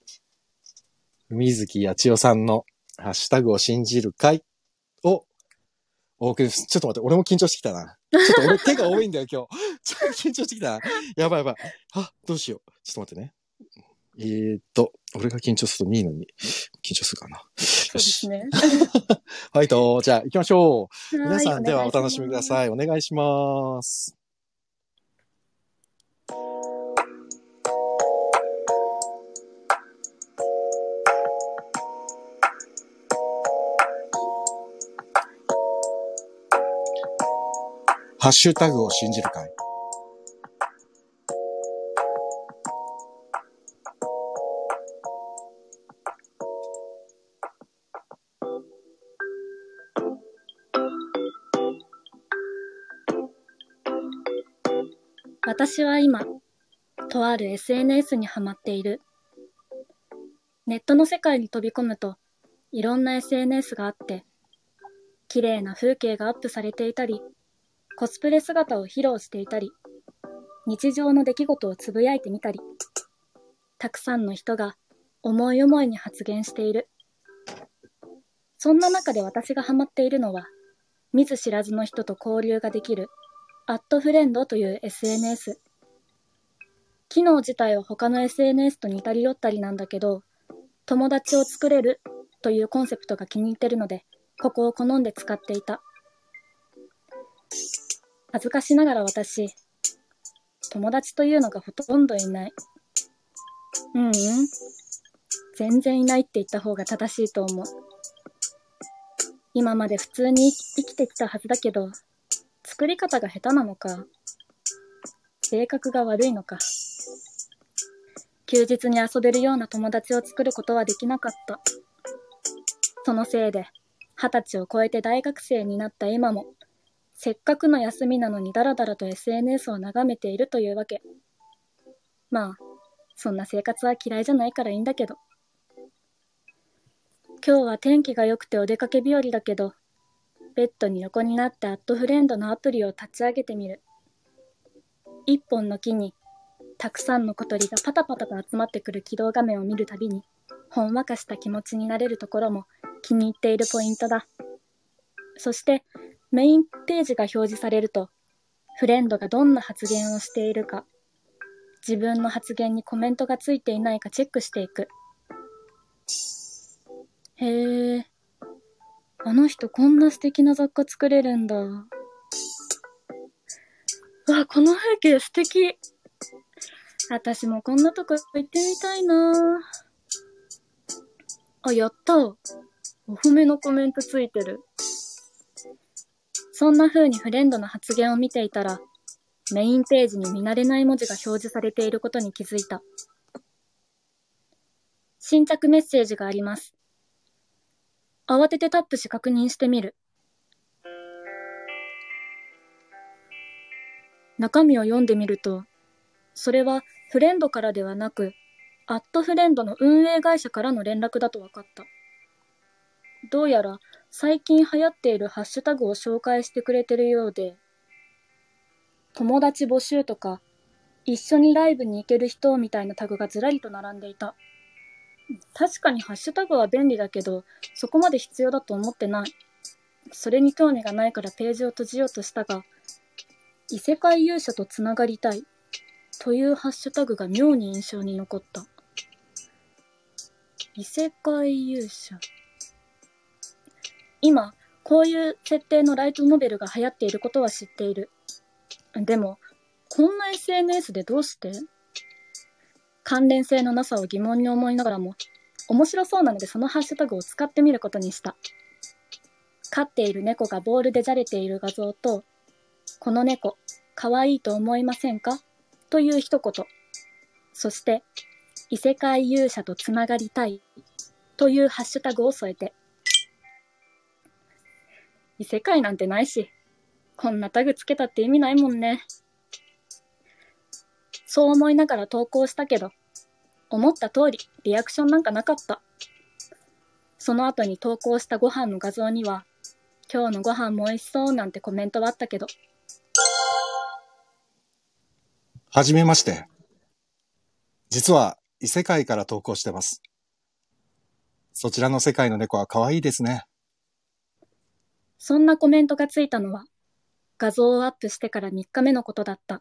水木やちおさんのハッシュタグを信じる会をお送りです。ちょっと待って、俺も緊張してきたな。ちょっと俺手が多いんだよ、今日。ちょっと緊張してきたな。やばいやばい。あ、どうしよう。ちょっと待ってね。えーっと、俺が緊張するとニーナに緊張するかな。 そうですね。 はいと、じゃあ行きましょう。皆さんではお楽しみください。お願いします。ハッシュタグを信じる会。 私は今、とある エスエヌエス にハマっている。ネットの世界に飛び込むと、いろんな エスエヌエス があって、綺麗な風景がアップされていたり、コスプレ姿を披露していたり、日常の出来事をつぶやいてみたり、たくさんの人が思い思いに発言している。そんな中で私がハマっているのは、見ず知らずの人と交流ができるアットフレンドという エスエヌエス。機能自体は他の エスエヌエス と似たり寄ったりなんだけど、友達を作れるというコンセプトが気に入ってるので、ここを好んで使っていた。恥ずかしながら私、友達というのがほとんどいない。うんうん。全然いないって言った方が正しいと思う。今まで普通に生きてきたはずだけど、作り方が下手なのか、性格が悪いのか。休日に遊べるような友達を作ることはできなかった。そのせいで、二十歳を超えて大学生になった今も、せっかくの休みなのにダラダラと エスエヌエス を眺めているというわけ。まあ、そんな生活は嫌いじゃないからいいんだけど。今日は天気が良くてお出かけ日和だけど、ベッドに横になってアットフレンドのアプリを立ち上げてみる。一本の木に、たくさんの小鳥がパタパタと集まってくる起動画面を見るたびに、ほんわかした気持ちになれるところも気に入っているポイントだ。そして、メインページが表示されると、フレンドがどんな発言をしているか、自分の発言にコメントがついていないかチェックしていく。へえ、あの人こんな素敵な雑貨作れるんだ。わ、この風景素敵。私もこんなとこ行ってみたいな。あ、やった。お褒めのコメントついてる。そんな風にフレンドの発言を見ていたら、メインページに見慣れない文字が表示されていることに気づいた。新着メッセージがあります。慌ててタップし確認してみる。中身を読んでみると、それはフレンドからではなく、アットフレンドの運営会社からの連絡だと分かった。どうやら最近流行っているハッシュタグを紹介してくれてるようで、友達募集とか、一緒にライブに行ける人みたいなタグがずらりと並んでいた。確かにハッシュタグは便利だけど、そこまで必要だと思ってない。それに興味がないからページを閉じようとしたが、異世界勇者とつながりたいというハッシュタグが妙に印象に残った。異世界勇者。今、こういう設定のライトノベルが流行っていることは知っている。でも、こんな エスエヌエス でどうして？関連性のなさを疑問に思いながらも、面白そうなのでそのハッシュタグを使ってみることにした。飼っている猫がボールでじゃれている画像と、この猫、かわいいと思いませんか？という一言。そして、異世界勇者とつながりたいというハッシュタグを添えて。異世界なんてないし、こんなタグつけたって意味ないもんね。そう思いながら投稿したけど、思った通りリアクションなんかなかった。その後に投稿したご飯の画像には、今日のご飯も美味しそうなんてコメントはあったけど。 はじめまして。実は異世界から投稿してます。そちらの世界の猫は可愛いですね。 そんなコメントがついたのは、画像をアップしてからみっかめのことだった。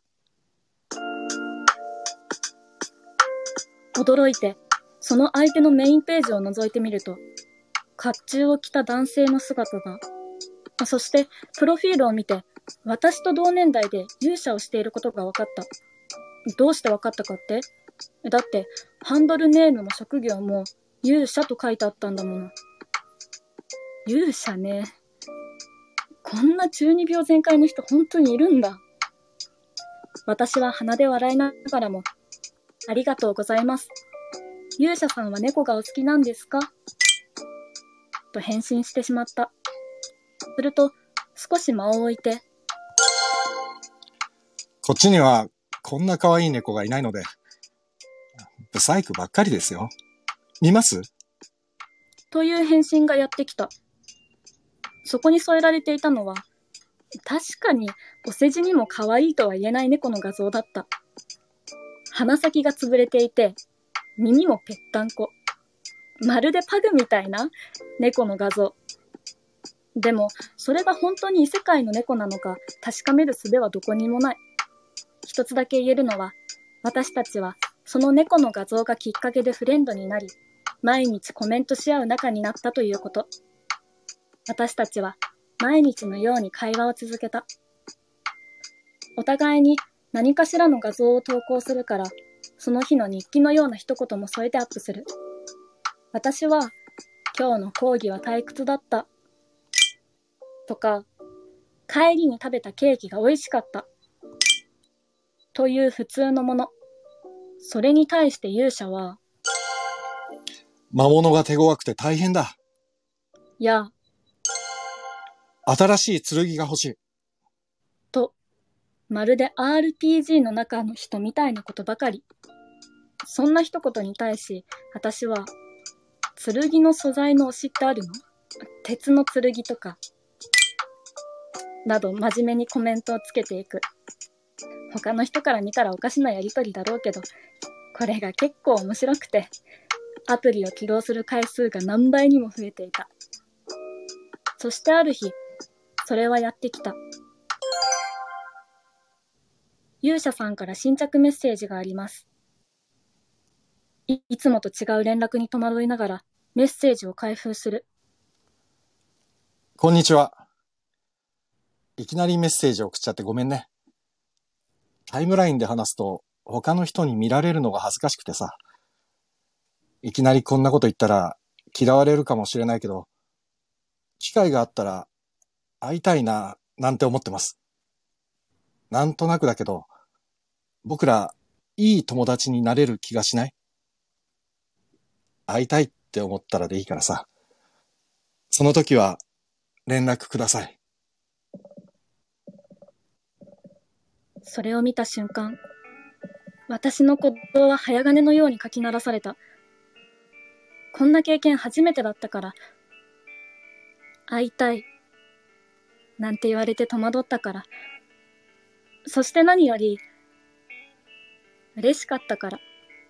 驚いて、その相手のメインページを覗いてみると、甲冑を着た男性の姿が、そして、プロフィールを見て、私と同年代で勇者をしていることが分かった。どうして分かったかって？だって、ハンドルネームも職業も勇者と書いてあったんだもの。勇者ね。こんな中二病全開の人本当にいるんだ。私は鼻で笑いながらも、ありがとうございます。勇者さんは猫がお好きなんですか？と返信してしまった。すると、少し間を置いて。 こっちには、こんな可愛い猫がいないので、ブサイクばっかりですよ。見ます？ という返信がやってきた。そこに添えられていたのは、確かにお世辞にも可愛いとは言えない猫の画像だった。鼻先が潰れていて、耳もぺったんこ。 まるでパグみたいな猫の画像。でも、それが本当に異世界の猫なのか確かめる術はどこにもない。一つだけ言えるのは、私たちはその猫の画像がきっかけでフレンドになり、毎日コメントし合う仲になったということ。私たちは毎日のように会話を続けた。お互いに何かしらの画像を投稿するから、その日の日記のような一言も添えてアップする。私は、今日の講義は退屈だった。とか、帰りに食べたケーキが美味しかった。という普通のもの。それに対して勇者は、 魔物が手強くて大変だ。 いや、 新しい剣が欲しい。 と、まるで アールピージー の中の人みたいなことばかり。そんな一言に対し、私は、剣の素材の推しってあるの？鉄の剣とか。など真面目にコメントをつけていく。他の人から見たらおかしなやりとりだろうけど、これが結構面白くて、アプリを起動する回数が何倍にも増えていた。そしてある日、それはやってきた。勇者さんから新着メッセージがあります。い, いつもと違う連絡に戸惑いながらメッセージを開封する。 こんにちは。いきなりメッセージ送っちゃってごめんね。タイムラインで話すと他の人に見られるのが恥ずかしくてさ。いきなりこんなこと言ったら嫌われるかもしれないけど、機会があったら会いたいななんて思ってます。なんとなくだけど、僕らいい友達になれる気がしない？会いたいって思ったらでいいからさ。その時は連絡ください。 それを見た瞬間、私の鼓動は早金のようにかき鳴らされた。こんな経験初めてだったから、会いたいなんて言われて戸惑ったから、そして何より嬉しかったから。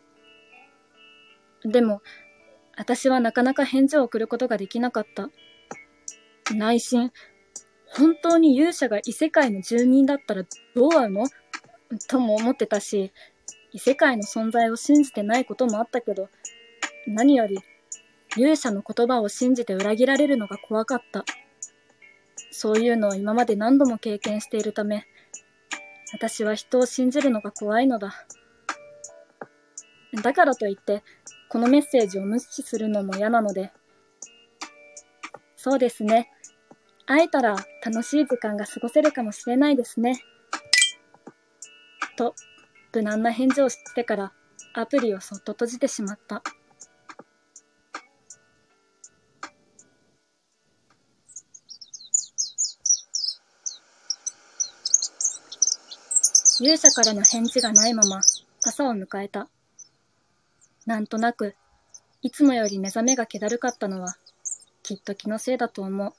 でも私はなかなか返事を送ることができなかった。内心、本当に勇者が異世界の住人だったらどう会うの？とも思ってたし、異世界の存在を信じてないこともあったけど、何より勇者の言葉を信じて裏切られるのが怖かった。そういうのを今まで何度も経験しているため、私は人を信じるのが怖いのだ。だからといって、このメッセージを無視するのも嫌なので、そうですね。会えたら楽しい時間が過ごせるかもしれないですね。と、無難な返事をしてからアプリをそっと閉じてしまった。勇者からの返事がないまま朝を迎えた。なんとなく、いつもより目覚めが気だるかったのは、きっと気のせいだと思う。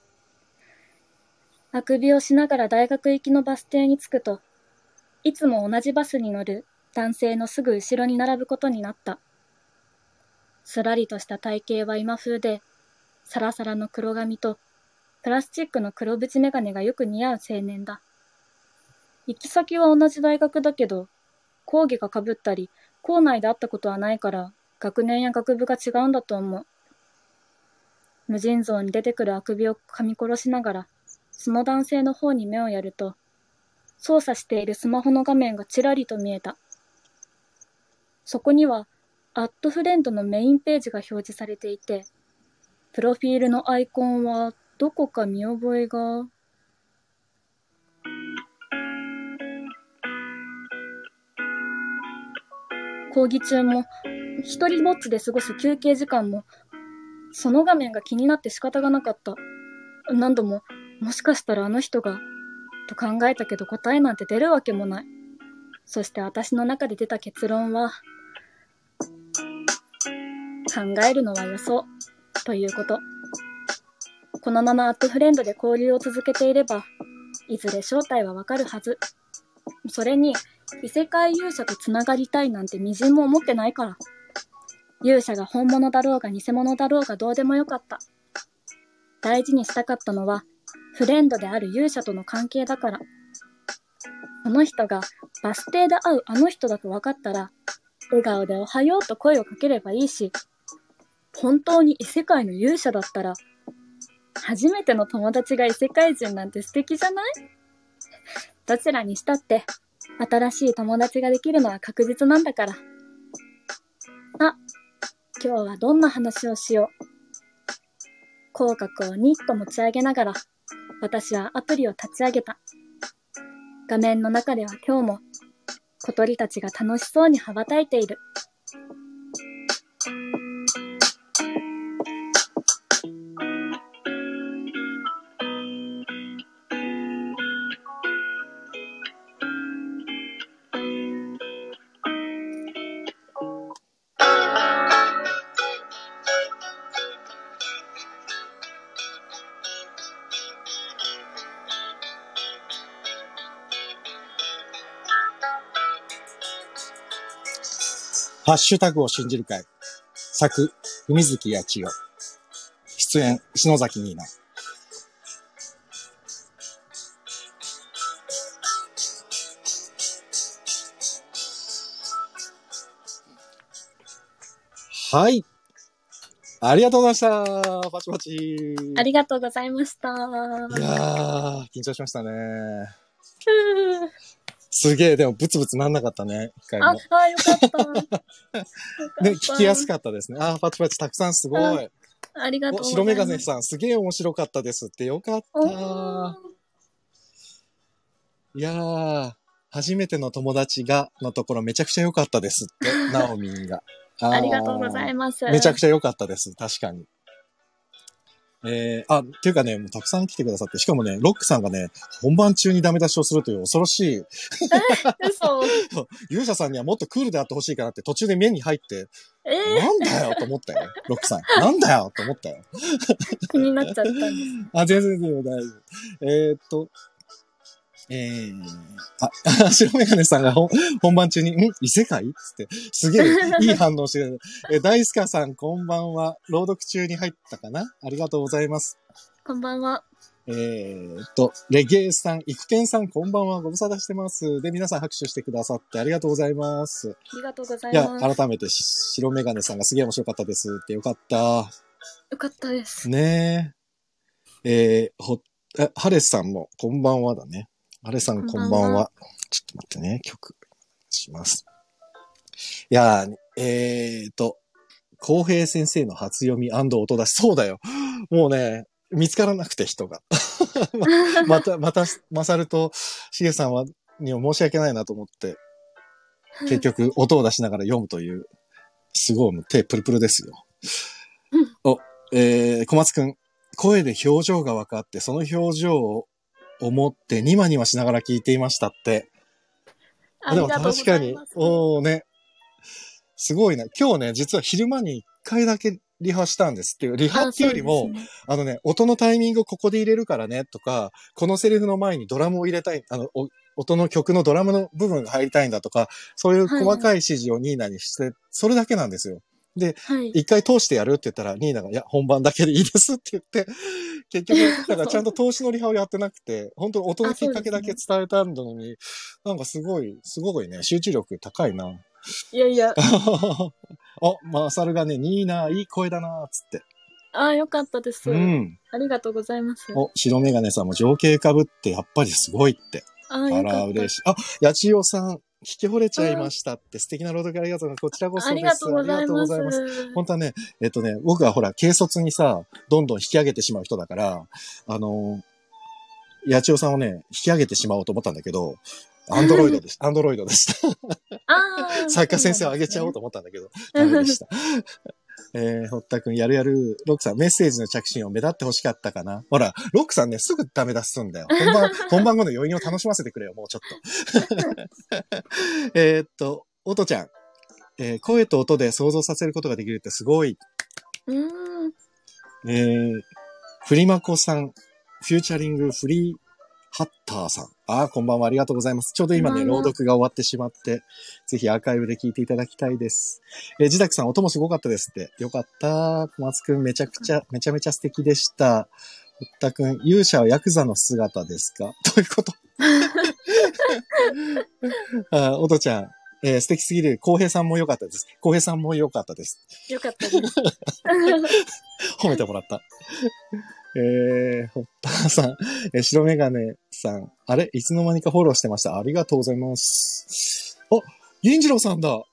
あくびをしながら大学行きのバス停に着くと、いつも同じバスに乗る男性のすぐ後ろに並ぶことになった。すらりとした体型は今風で、サラサラの黒髪とプラスチックの黒縁眼鏡がよく似合う青年だ。行き先は同じ大学だけど、講義が被ったり、校内で会ったことはないから、学年や学部が違うんだと思う。無尽蔵に出てくるあくびを噛み殺しながら、その男性の方に目をやると、操作しているスマホの画面がちらりと見えた。そこには、アットフレンドのメインページが表示されていて、プロフィールのアイコンはどこか見覚えが。講義中も、一人ぼっちで過ごす休憩時間も、その画面が気になって仕方がなかった。何度も、もしかしたらあの人が、と考えたけど答えなんて出るわけもない。そして私の中で出た結論は、考えるのはよそう、ということ。このままアットフレンドで交流を続けていれば、いずれ正体はわかるはず。それに、異世界勇者とつながりたいなんてみじんも思ってないから。 勇者が本物だろうが偽物だろうがどうでもよかった。大事にしたかったのは、フレンドである勇者との関係だから。その人がバス停で会うあの人だと分かったら、笑顔でおはようと声をかければいいし、本当に異世界の勇者だったら、初めての友達が異世界人なんて素敵じゃない？どちらにしたって、新しい友達ができるのは確実なんだから。あ、今日はどんな話をしよう。口角をニッと持ち上げながら、私はアプリを立ち上げた。画面の中では今日も小鳥たちが楽しそうに羽ばたいている。 ハッシュタグを信じる会。作、文月やちよ。出演、篠崎ニーナ。はい。ありがとうございました。パチパチ。 ありがとうございました。いやー、緊張しましたね。すげえ、でもブツブツなんなかったね、一回も。 あ、あ、よかった。 ね、聞きやすかったですね。あ、パチパチたくさんすごい。 ありがとうございます。 白メガネさん、すげえ面白かったですってよかった。いやー、初めての友達がのところめちゃくちゃ良かったですって、ナオミンが。 あ, ありがとうございます。 めちゃくちゃ良かったです。確かに。えー、あ、っていうかね、もうたくさん来てくださって、しかもね、ロックさんがね、本番中にダメ出しをするという恐ろしい。 え、嘘。 勇者さんにはもっとクールであってほしいかなって途中で目に入って、えー、なんだよと思ったよ、ロックさん。なんだよと思ったよ。 気になっちゃったんです。 あ、全然全然大丈夫。えー、っと、えー、あ、白メガネさんが本番中に、ん異世界つって、すげえいい反応してる。え、大スカさんこんばんは。朗読中に入ったかな？ありがとうございます。 こんばんは。 えーっと、レゲエさん、イクケンさんこんばんは。ご無沙汰してます。で、皆さん拍手してくださってありがとうございます。 ありがとうございます。 いや、改めて白メガネさんがすげえ面白かったですってよかった。 よかったです。 ねえ。えー、ほ、え、ハレスさんもこんばんはだね。ハレさんこんばんは。ちょっと待ってね、曲します。いやー、えーと、浩平先生の初読み&音出し。そうだよ。もうね、見つからなくて人が。ま, また、また、マサルとシゲさんは、には申し訳ないなと思って、結局音を出しながら読むという、すごいもう手プルプルですよ。お、えー、小松くん、声で表情が分かって、その表情を思ってニマニマしながら聞いていましたって。でも確かに、おーね、すごいな。今日ね、実は昼間に一回だけリハしたんですっていう。リハっていうよりも、あ、ね、あのね、音のタイミングをここで入れるからねとか、このセリフの前にドラムを入れたい、あの、音の曲のドラムの部分が入りたいんだとか、そういう細かい指示をニーナにして、はい、それだけなんですよ。で、はい、一回通してやるって言ったら、ニーナが、いや、本番だけでいいですって言って、結局、だからちゃんと通しのリハをやってなくて、本当に音のきっかけだけ伝えたのに、ね、なんかすごい、すごいね、集中力高いな。 いやいや。 あ、マサルがね、ニーナ、いい声だな、つって。 ああ、よかったです。うん。ありがとうございます。 お、白メガネさんも情景かぶって、やっぱりすごいって。 ああ、よかった。 あら、嬉しい。あ、八千代さん。聞き惚れちゃいましたって素敵な朗読ありがとうございます。こちらこそです。ありがとうございます。ありがとうございます。本当はね、えっとね、僕はほら、軽率にさ、どんどん引き上げてしまう人だから、あの、八千代さんをね、引き上げてしまおうと思ったんだけど、アンドロイドでした。アンドロイドでした。ああ。作家先生を上げちゃおうと思ったんだけど、ダメでした。えー、堀田くん、やるやる、ロックさん、メッセージの着信を目立って欲しかったかな。ほら、ロックさんね、すぐダメ出しすんだよ。本番、本番後の余韻を楽しませてくれよ、もうちょっと。えっと、おとちゃん、えー、声と音で想像させることができるってすごい。 うーん。 えー、フリマコさん、フューチャリングフリーハッターさん。ああ、こんばんは。ありがとうございます。ちょうど今ね、朗読が終わってしまって、ぜひアーカイブで聞いていただきたいです。えー、自宅さん、音もすごかったですって。よかった。小松くん、めちゃくちゃ、めちゃめちゃ素敵でした。堀田くん、勇者はヤクザの姿ですか？どういうことあ、おとちゃん、えー、素敵すぎる。浩平さんも良かったです。浩平さんも良かったです。 良かったです。 褒めてもらった。えー、ホッターさん、えー、白メガネさん、あれいつの間にかフォローしてました。ありがとうございます。あ、銀次郎さんだ。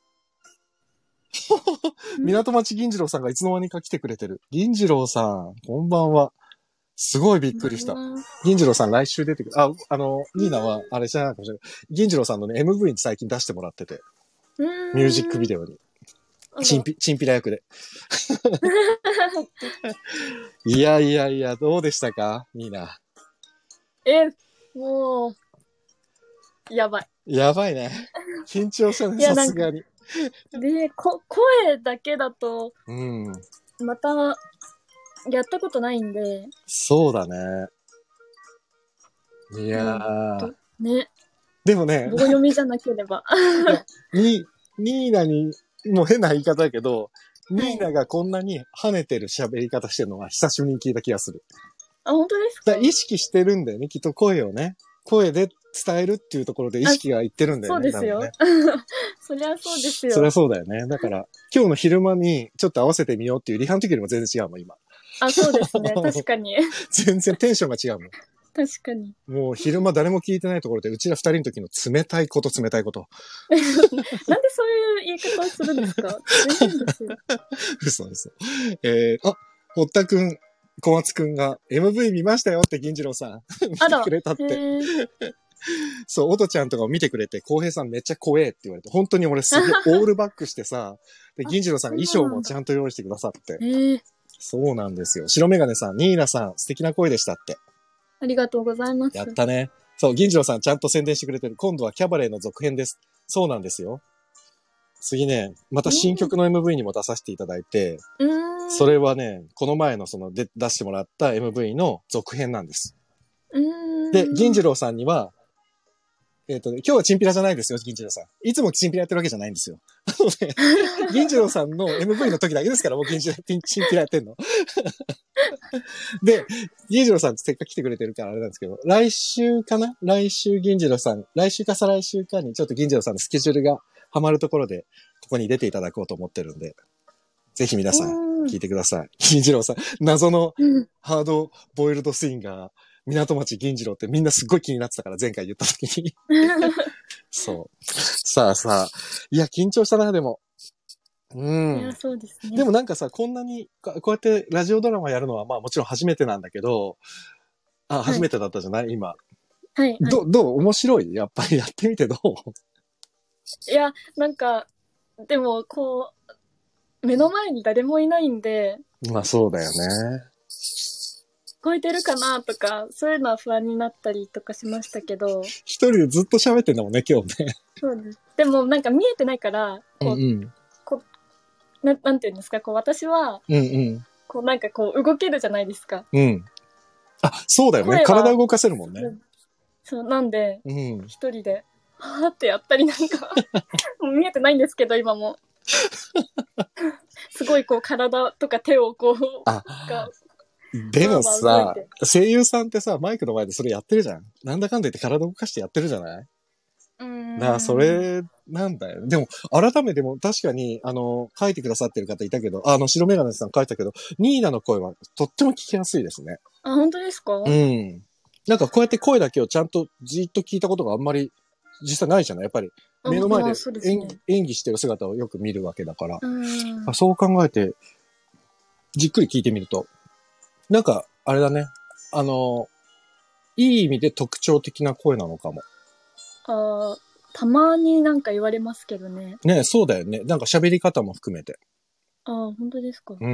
港町銀次郎さんがいつの間にか来てくれてる。銀次郎さん、こんばんは。すごいびっくりした。銀次郎さん来週出てくる。あ、あの、ニーナは、あれじゃないかもしれない。銀次郎さんのね、エムブイ に最近出してもらってて。ミュージックビデオに。チンピ、チンピラ役で。いやいやいや、どうでしたかニーナ。 え、もう、やばい。 やばいね。緊張したね、さすがに。 で、こ、声だけだと、 うん。 また、やったことないんで。 そうだね。いやー。 ね。 でもね。 棒読みじゃなければ。 に、ニーナに、もう変な言い方だけど、ニーナがこんなに跳ねてる喋り方してるのは久しぶりに聞いた気がする。 あ、本当ですか？ だ意識してるんだよね。きっと声をね。声で伝えるっていうところで意識がいってるんだよね。 そうですよ。ね、そりゃそうですよ。 そりゃそうだよね。だから、今日の昼間にちょっと合わせてみようっていうリハの時よりも全然違うもん、今。 あ、そうですね。確かに。 全然テンションが違うもん。 確かに。 もう昼間誰も聞いてないところで、うちら二人の時の冷たいこと冷たいこと。 なんでそういう言い方をするんですか？全然ですよ。 嘘嘘。えー、あ、堀田くん、小松くんが エムブイ 見ましたよって銀次郎さん。見てくれたって。そう、おとちゃんとかを見てくれて、浩平さんめっちゃ怖えって言われて、本当に俺すごいオールバックしてさ、で、銀次郎さんが衣装もちゃんと用意してくださって。そうなんですよ。白メガネさん、ニーナさん、素敵な声でしたって。 ありがとうございます。 やったね。そう、銀次郎さんちゃんと宣伝してくれてる。今度はキャバレーの続編です。そうなんですよ。次ね、また新曲の エムブイ にも出させていただいて、それはね、この前のそので出してもらった エムブイ の続編なんです。で、銀次郎さんには、えっと、ね、今日はチンピラじゃないですよ、銀次郎さん。いつもチンピラやってるわけじゃないんですよ。銀次郎さんの エムブイ の時だけですから、もう銀次郎、チンピラやってんの。で、銀次郎さんせっかく来てくれてるからあれなんですけど、来週かな来週銀次郎さん、来週か再来週かにちょっと銀次郎さんのスケジュールがハマるところで、ここに出ていただこうと思ってるんで、ぜひ皆さん聞いてください。銀次郎さん、謎のハードボイルドスインガー、港町銀次郎ってみんなすっごい気になってたから、前回言った時に。そう。さあさあ。いや、緊張したな、でも。うん。 いや、そうですね。 でもなんかさ、こんなに、こうやってラジオドラマやるのは、まあもちろん初めてなんだけど、あ、はい、初めてだったじゃない今。 はい。 ど、どう面白いやっぱりやってみてどういや、なんか、でも、こう、目の前に誰もいないんで。 まあそうだよね。 聞こえてるかなとか、そういうのは不安になったりとかしましたけど。 一人でずっと喋ってんだもんね、今日ね。 そうです。でもなんか見えてないから、こう、 うんうん、 こうな、なんていうんですか、こう私は、 うんうん、 こうなんかこう動けるじゃないですか。 うん。あ、そうだよね。体動かせるもんね。 そう、なんで、 うん、 一人で、はーってやったりなんか、もう見えてないんですけど、今も。すごいこう体とか手をこう、 あでもさ、声優さんってさ、マイクの前でそれやってるじゃん。なんだかんだ言って体動かしてやってるじゃない？うん。だからそれなんだよ。でも、改めても確かに、あの、書いてくださってる方いたけど、あの、白メガネさん書いたけど、ニーナの声はとっても聞きやすいですね。 あ、本当ですか？ うん。なんかこうやって声だけをちゃんとじっと聞いたことがあんまり実際ないじゃない？やっぱり目の前で演、ね、演技してる姿をよく見るわけだから。うん。そう考えて、じっくり聞いてみると、なんか、あれだね。あの、いい意味で特徴的な声なのかも。 ああ、たまになんか言われますけどね。 ね、そうだよね。なんか喋り方も含めて。 ああ、本当ですか。 うん。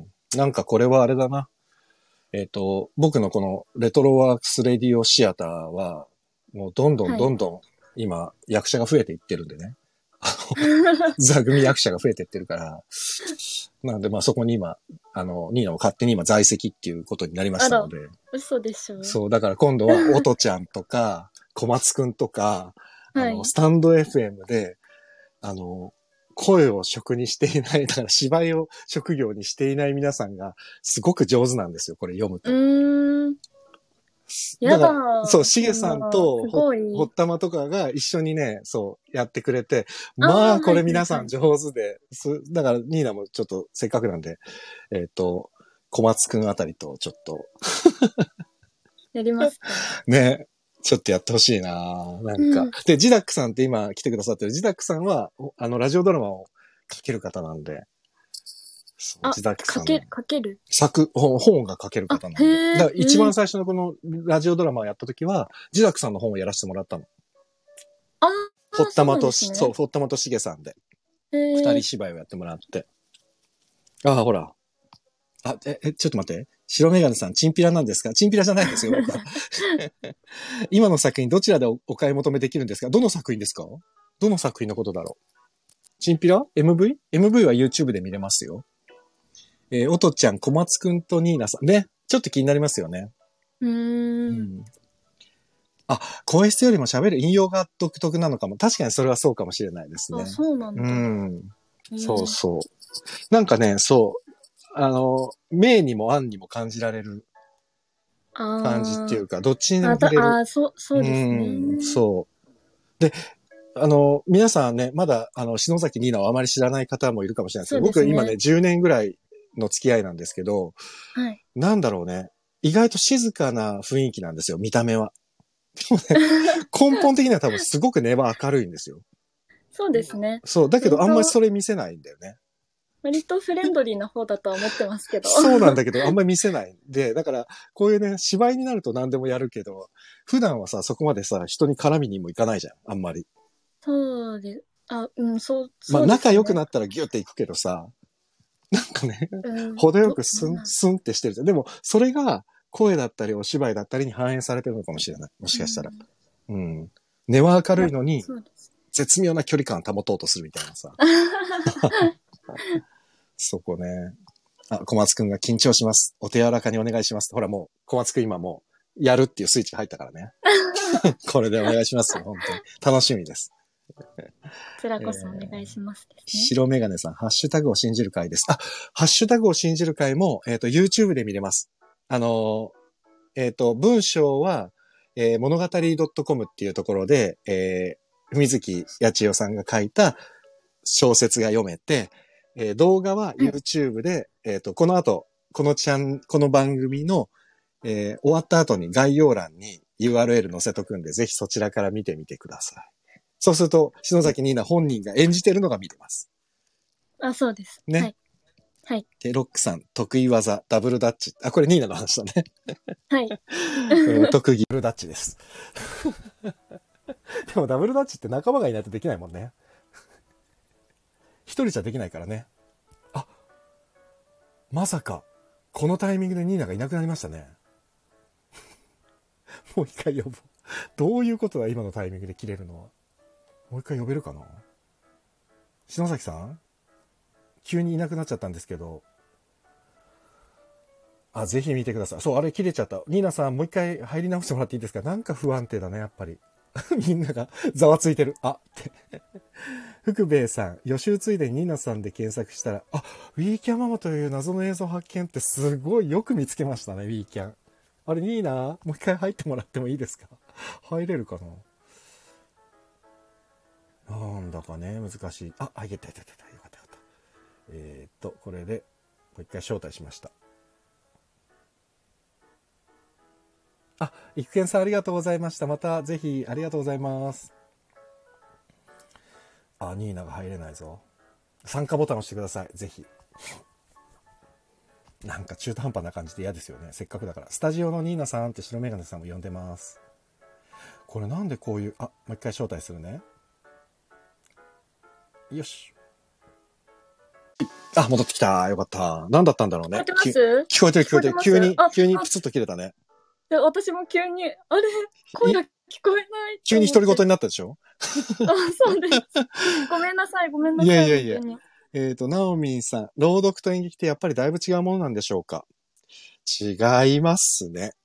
なんかこれはあれだな。えっと、僕のこのレトロワークスレディオシアターは、もうどんどんどんどん今役者が増えていってるんでね。座組役者が増えていってるから。なのでまあそこに今あの、ニーナも勝手に今在籍っていうことになりましたので。 嘘でしょ。 そう、だから今度は、おとちゃんとか、小松くんとか、あの、 はい、 スタンド エフエム で、あの、声を職にしていない、だから芝居を職業にしていない皆さんが、すごく上手なんですよ、これ読むと。 うーん。やだだそう、しげさんとほ、ほっったまとかが一緒にね、そう、やってくれて、まあ、これ皆さん上手で、だから、ニーナもちょっとせっかくなんで、えっと、小松くんあたりとちょっと。 やりますかね。ちょっとやってほしいななんか、うん。で、ジダックさんって今来てくださってるジダックさんは、あの、ラジオドラマを書ける方なんで。 そうジダックさん。書け、書ける作、本が書ける方なんで。だから一番最初のこのラジオドラマをやった時は、ジダックさんの本をやらせてもらったの。 ああ。ほったまと、そう、ね、そう、ほったまとしげさんで。二人芝居をやってもらって。ああ、ほら。あ、え、え、ちょっと待って。白メガネさん、チンピラなんですか？チンピラじゃないですよ。今の作品どちらで お, お買い求めできるんですか？どの作品ですか？どの作品のことだろう？チンピラ ?エムブイ？ エムブイ は YouTube で見れますよ。えー、おとちゃん、小松くんとニーナさん。ね。ちょっと気になりますよね。 うーん。うん、 あ、声質よりも喋る引用が独特なのかも。確かにそれはそうかもしれないですね。 あ、そうなんだ。 うん。そうそう。なんかね、そう。あの、明にも暗にも感じられる感じっていうか、どっちにも触れる。 ああ、そう、そうですね。 うん、そう。で、あの、皆さんね、まだ、あの、篠崎ニーナをあまり知らない方もいるかもしれないですけど、僕今ね、じゅうねんぐらいの付き合いなんですけど、 はい。 なんだろうね。意外と静かな雰囲気なんですよ、見た目は。でもね、根本的には多分すごく根は明るいんですよ。 そうですね。 そう、だけどあんまりそれ見せないんだよね。 割とフレンドリーな方だとは思ってますけど。 そうなんだけど、あんまり見せないんで、だから、こういうね、芝居になると何でもやるけど、普段はさ、そこまでさ、人に絡みにもいかないじゃん、あんまり。 そうで、あ、うん、そう、 そう、ね。まあ、仲良くなったらギュっていくけどさ、なんかね、うん、程よくスン、スンってしてるじゃん。でも、それが声だったりお芝居だったりに反映されてるのかもしれない。もしかしたら。うん。うん、根は明るいのに、絶妙な距離感を保とうとするみたいなさ。そこね。あ、小松くんが緊張します。お手柔らかにお願いします。ほらもう、小松くん今もう、やるっていうスイッチが入ったからね。これでお願いしますよ、本当に。楽しみです。 こちらこそお願いしますですね。 えー、白メガネさん、ハッシュタグを信じる会です。あ、ハッシュタグを信じる会も、えっと、YouTube で見れます。あの、えっと、文章は、えー、物語 .com っていうところで、えー、水木八千代さんが書いた小説が読めて、えー、動画は YouTube で、うん、えっと、この後、このチャン、この番組の、えー、終わった後に概要欄に ユーアールエル 載せとくんで、ぜひそちらから見てみてください。そうすると、篠崎ニーナ本人が演じてるのが見てます。 あ、そうです。ね。はい。はい。 で、ロックさん、得意技、ダブルダッチ。あ、これニーナの話だね。 はい。 特技、ダブルダッチです。でもダブルダッチって仲間がいないとできないもんね。一人じゃできないからね。あ、まさか、このタイミングでニーナがいなくなりましたね。もう一回呼ぼう。どういうことだ、今のタイミングで切れるのは。もう一回呼べるかな？篠崎さん？急にいなくなっちゃったんですけど。あ、ぜひ見てください。そう、あれ切れちゃった。ニーナさん、もう一回入り直してもらっていいですか？なんか不安定だね、やっぱり。みんながざわついてる。あって。福兵衛さん、予習ついでにニーナさんで検索したら、あ、ウィーキャンママという謎の映像発見ってすごいよく見つけましたね、ウィーキャン。あれ、ニーナ、もう一回入ってもらってもいいですか？入れるかな？なんだかね、難しい。あ、あ、いけたいけたいけた。よかったよかった。えー、っと、これで、もう一回招待しました。あ、いくけんさんありがとうございました。またぜひありがとうございます。あ、ニーナが入れないぞ。参加ボタンを押してください。ぜひ。なんか中途半端な感じで嫌ですよね。せっかくだから。スタジオのニーナさんって白メガネさんも呼んでます。これなんでこういう、あ、もう一回招待するね。よし。あ、戻ってきた。よかった。何だったんだろうね。 聞こえてます？ 聞こえてる聞こえてる。急に、急にプツッと切れたね。 で、私も急に、あれ声が聞こえない。 急に独り言になったでしょ？ あ、そうです。ごめんなさい、ごめんなさい。 いやいやいや。 えっと、ナオミンさん、朗読と演劇ってやっぱりだいぶ違うものなんでしょうか？違いますね。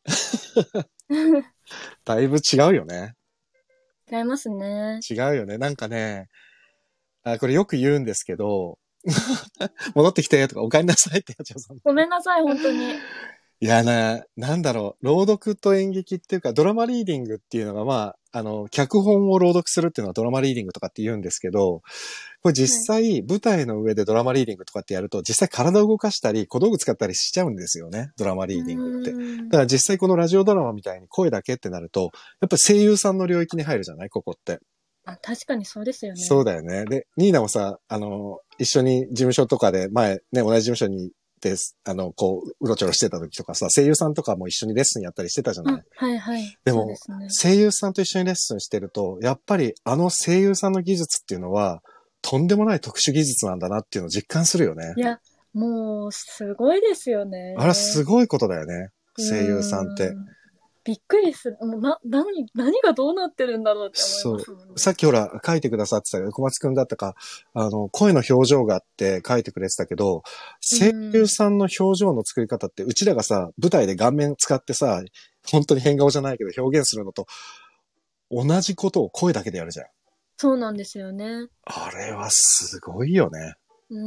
だいぶ違うよね。 違いますね。 違うよね。なんかね、あ、これよく言うんですけど、戻ってきてとかお帰りなさいってやっちゃう。 ごめんなさい、本当に。 いやな、なんだろう、朗読と演劇っていうか、ドラマリーディングっていうのが、まあ、あの、脚本を朗読するっていうのはドラマリーディングとかって言うんですけど、これ実際、舞台の上でドラマリーディングとかってやると、実際体を動かしたり、小道具使ったりしちゃうんですよね、ドラマリーディングって。だから実際このラジオドラマみたいに声だけってなると、やっぱ声優さんの領域に入るじゃない、ここって。 あ、確かにそうですよね。 そうだよね。で、ニーナもさ、あの、一緒に事務所とかで、前ね、同じ事務所に、で、あの、こう、うろちょろしてた時とかさ、声優さんとかも一緒にレッスンやったりしてたじゃない？ はいはい。 でもで、ね、声優さんと一緒にレッスンしてると、やっぱりあの声優さんの技術っていうのは、とんでもない特殊技術なんだなっていうのを実感するよね。 いや、もう、すごいですよね。 あれすごいことだよね。声優さんって。 びっくりする。もうな、何、何がどうなってるんだろうって思いますもんね。 そう。さっきほら、書いてくださってたけど、小松くんだったか、あの、声の表情があって書いてくれてたけど、声優さんの表情の作り方って、うちらがさ、舞台で顔面使ってさ、本当に変顔じゃないけど表現するのと、同じことを声だけでやるじゃん。 そうなんですよね。 あれはすごいよね。 うん。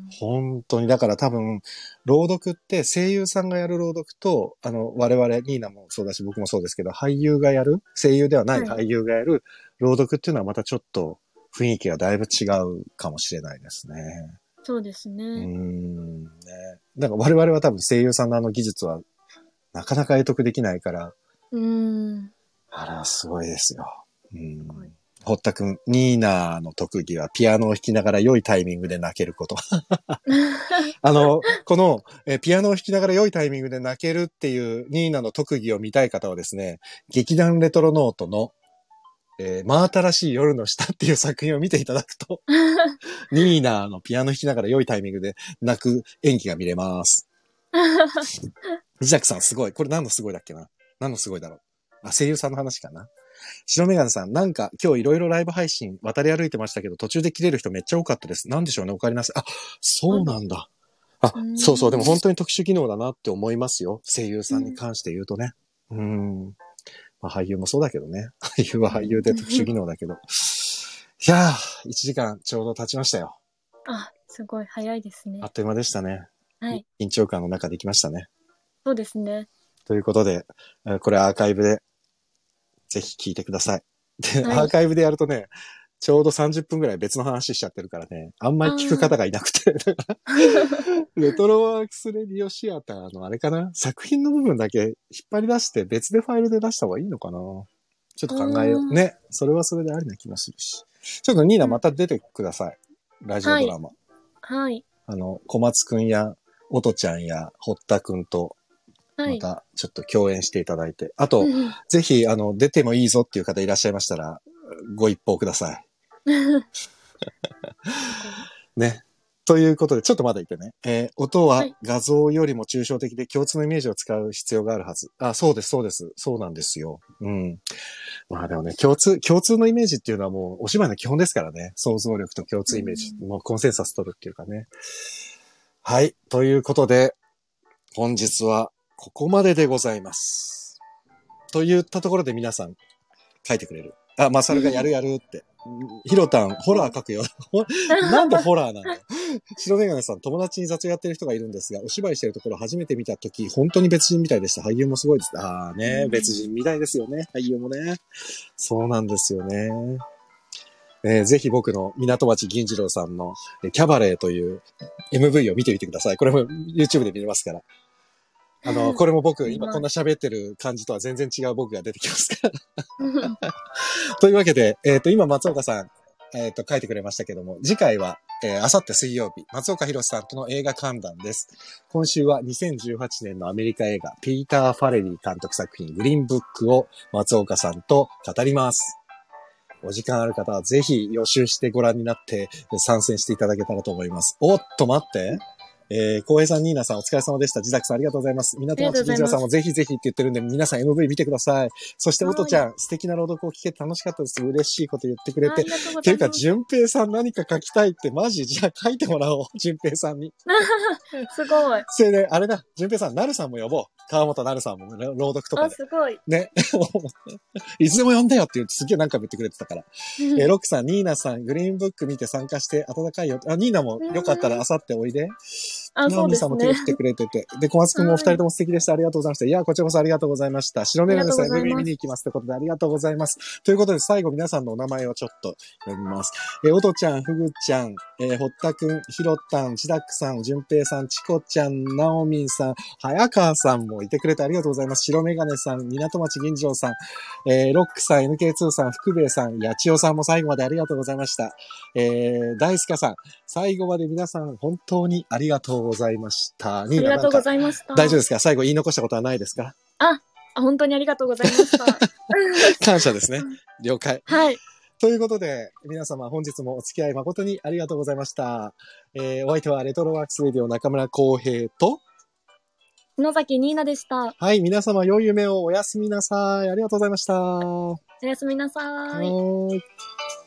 本当に、だから多分、朗読って声優さんがやる朗読と、あの、我々、ニーナもそうだし、僕もそうですけど、俳優がやる、声優ではない俳優がやる朗読っていうのはまたちょっと雰囲気がだいぶ違うかもしれないですね。 そうですね。 うーん。ね。だから我々は多分声優さんのあの技術はなかなか得得できないから、 うん。 あれはすごいですよ。うん。堀田くん、ニーナの特技はピアノを弾きながら良いタイミングで泣けること。あの、このえピアノを弾きながら良いタイミングで泣けるっていうニーナの特技を見たい方はですね、劇団レトロノートの、えー、真新しい夜の下っていう作品を見ていただくと、ニーナのピアノ弾きながら良いタイミングで泣く演技が見れます。ジャックさんすごい。これ何のすごいだっけな？何のすごいだろう？あ、声優さんの話かな？白メガネさん、なんか今日いろいろライブ配信渡り歩いてましたけど、途中で切れる人めっちゃ多かったです。なんでしょうね、お帰りなさい。あ、そうなんだ。あ、そうそう、でも本当に特殊技能だなって思いますよ。声優さんに関して言うとね。うん。まあ、俳優もそうだけどね。俳優は俳優で特殊技能だけど。いやー、いちじかんちょうど経ちましたよ。 あ、すごい早いですね。 あっという間でしたね。 はい。 緊張感の中できましたね。 そうですね。 ということで、これアーカイブでぜひ聞いてください。で、はい、アーカイブでやるとね、ちょうどさんじゅっぷんぐらい別の話しちゃってるからね、あんまり聞く方がいなくて。レトロワークスレディオシアターのあれかな、作品の部分だけ引っ張り出して別でファイルで出した方がいいのかな、ちょっと考えよう。ね。それはそれでありな気もするし。ちょっとニーナまた出てください。うん、ラジオドラマ。 はい。はい、 あの、小松くんや、おとちゃんや、堀田くんと、また、ちょっと共演していただいて。はい、あと、うん、ぜひ、あの、出てもいいぞっていう方いらっしゃいましたら、ご一報ください。ね。ということで、ちょっとまだ言ってね。えー、音は画像よりも抽象的で共通のイメージを使う必要があるはず。あ、そうです、そうです。そうなんですよ。うん。まあでもね、共通、共通のイメージっていうのはもうお芝居の基本ですからね。想像力と共通イメージ。うん、もうコンセンサス取るっていうかね。はい。ということで、本日はここまででございます。といったところで皆さん書いてくれる。あ、マサルがやるやるって。ヒロタン、ホラー書くよ。なんでホラーなんだよ。白メガネさん、友達に雑をやってる人がいるんですが、お芝居してるところ初めて見たとき、本当に別人みたいでした。俳優もすごいです。ああね、別人みたいですよね。俳優もね。そうなんですよね。えー、ぜひ僕の港町銀次郎さんのキャバレーという エムブイ を見てみてください。これも YouTube で見れますから。あの、これも僕、今こんな喋ってる感じとは全然違う僕が出てきますから。というわけで、えっと、今松岡さん、えっと、書いてくれましたけども、次回は、えー、あさって水曜日、松岡弘さんとの映画観覧です。今週はにせんじゅうはちねんのアメリカ映画、ピーター・ファレリー監督作品、グリーンブックを松岡さんと語ります。お時間ある方はぜひ予習してご覧になって参戦していただけたらと思います。おっと待って。 えー、浩平さん、ニーナさん、お疲れ様でした。自宅さん、ありがとうございます。港町銀次郎さんもぜひぜひって言ってるんで、皆さん エムブイ 見てください。そして、おとちゃん、素敵な朗読を聞けて楽しかったです。嬉しいこと言ってくれて。っていうか、淳平さん何か書きたいって、マジ、じゃあ書いてもらおう。淳平さんに。 すごい。 それで、あれだ、淳平さん、なるさんも呼ぼう。川本なるさんも、朗読とかで。 あ、すごい。 ね。いつでも呼んだよって言うとすげえ何回も言ってくれてたから。えー、ロックさん、ニーナさん、グリーンブック見て参加して温かいよ。あ、ニーナもよかったらあさっておいで。 あ、そうですね。さんも手を振ってくれてて。で、小松くんもお二人とも素敵でした。ありがとうございました。いや、こちらこそありがとうございました。白メガネさん、エムブイ 見に行きます。ということで、ありがとうございます。ということで、最後皆さんのお名前をちょっと読みます。えー、おとちゃん、ふぐちゃん、えー、ほったくん、ひろたん、ちだくさん、じゅんぺいさん、ちこちゃん、なおみんさん、早川さんもいてくれてありがとうございます。白メガネさん、港町銀城さん、えー、ロックさん、エヌケーツー さん、福兵衛さん、やちおさんも最後までありがとうございました。えー、大輔さん、最後まで皆さん本当にありがとうございました。ありがとうございました。 大丈夫ですか？最後言い残したことはないですか？ あ、あ本当にありがとうございました。 感謝ですね。了解。 はい。 ということで、皆様本日もお付き合い誠にありがとうございました。えー、お相手はレトロワークスレディオ中村浩平と、 野崎ニーナでした。 はい、皆様良い夢をおやすみなさい。ありがとうございました。 おやすみなさい。 はーい。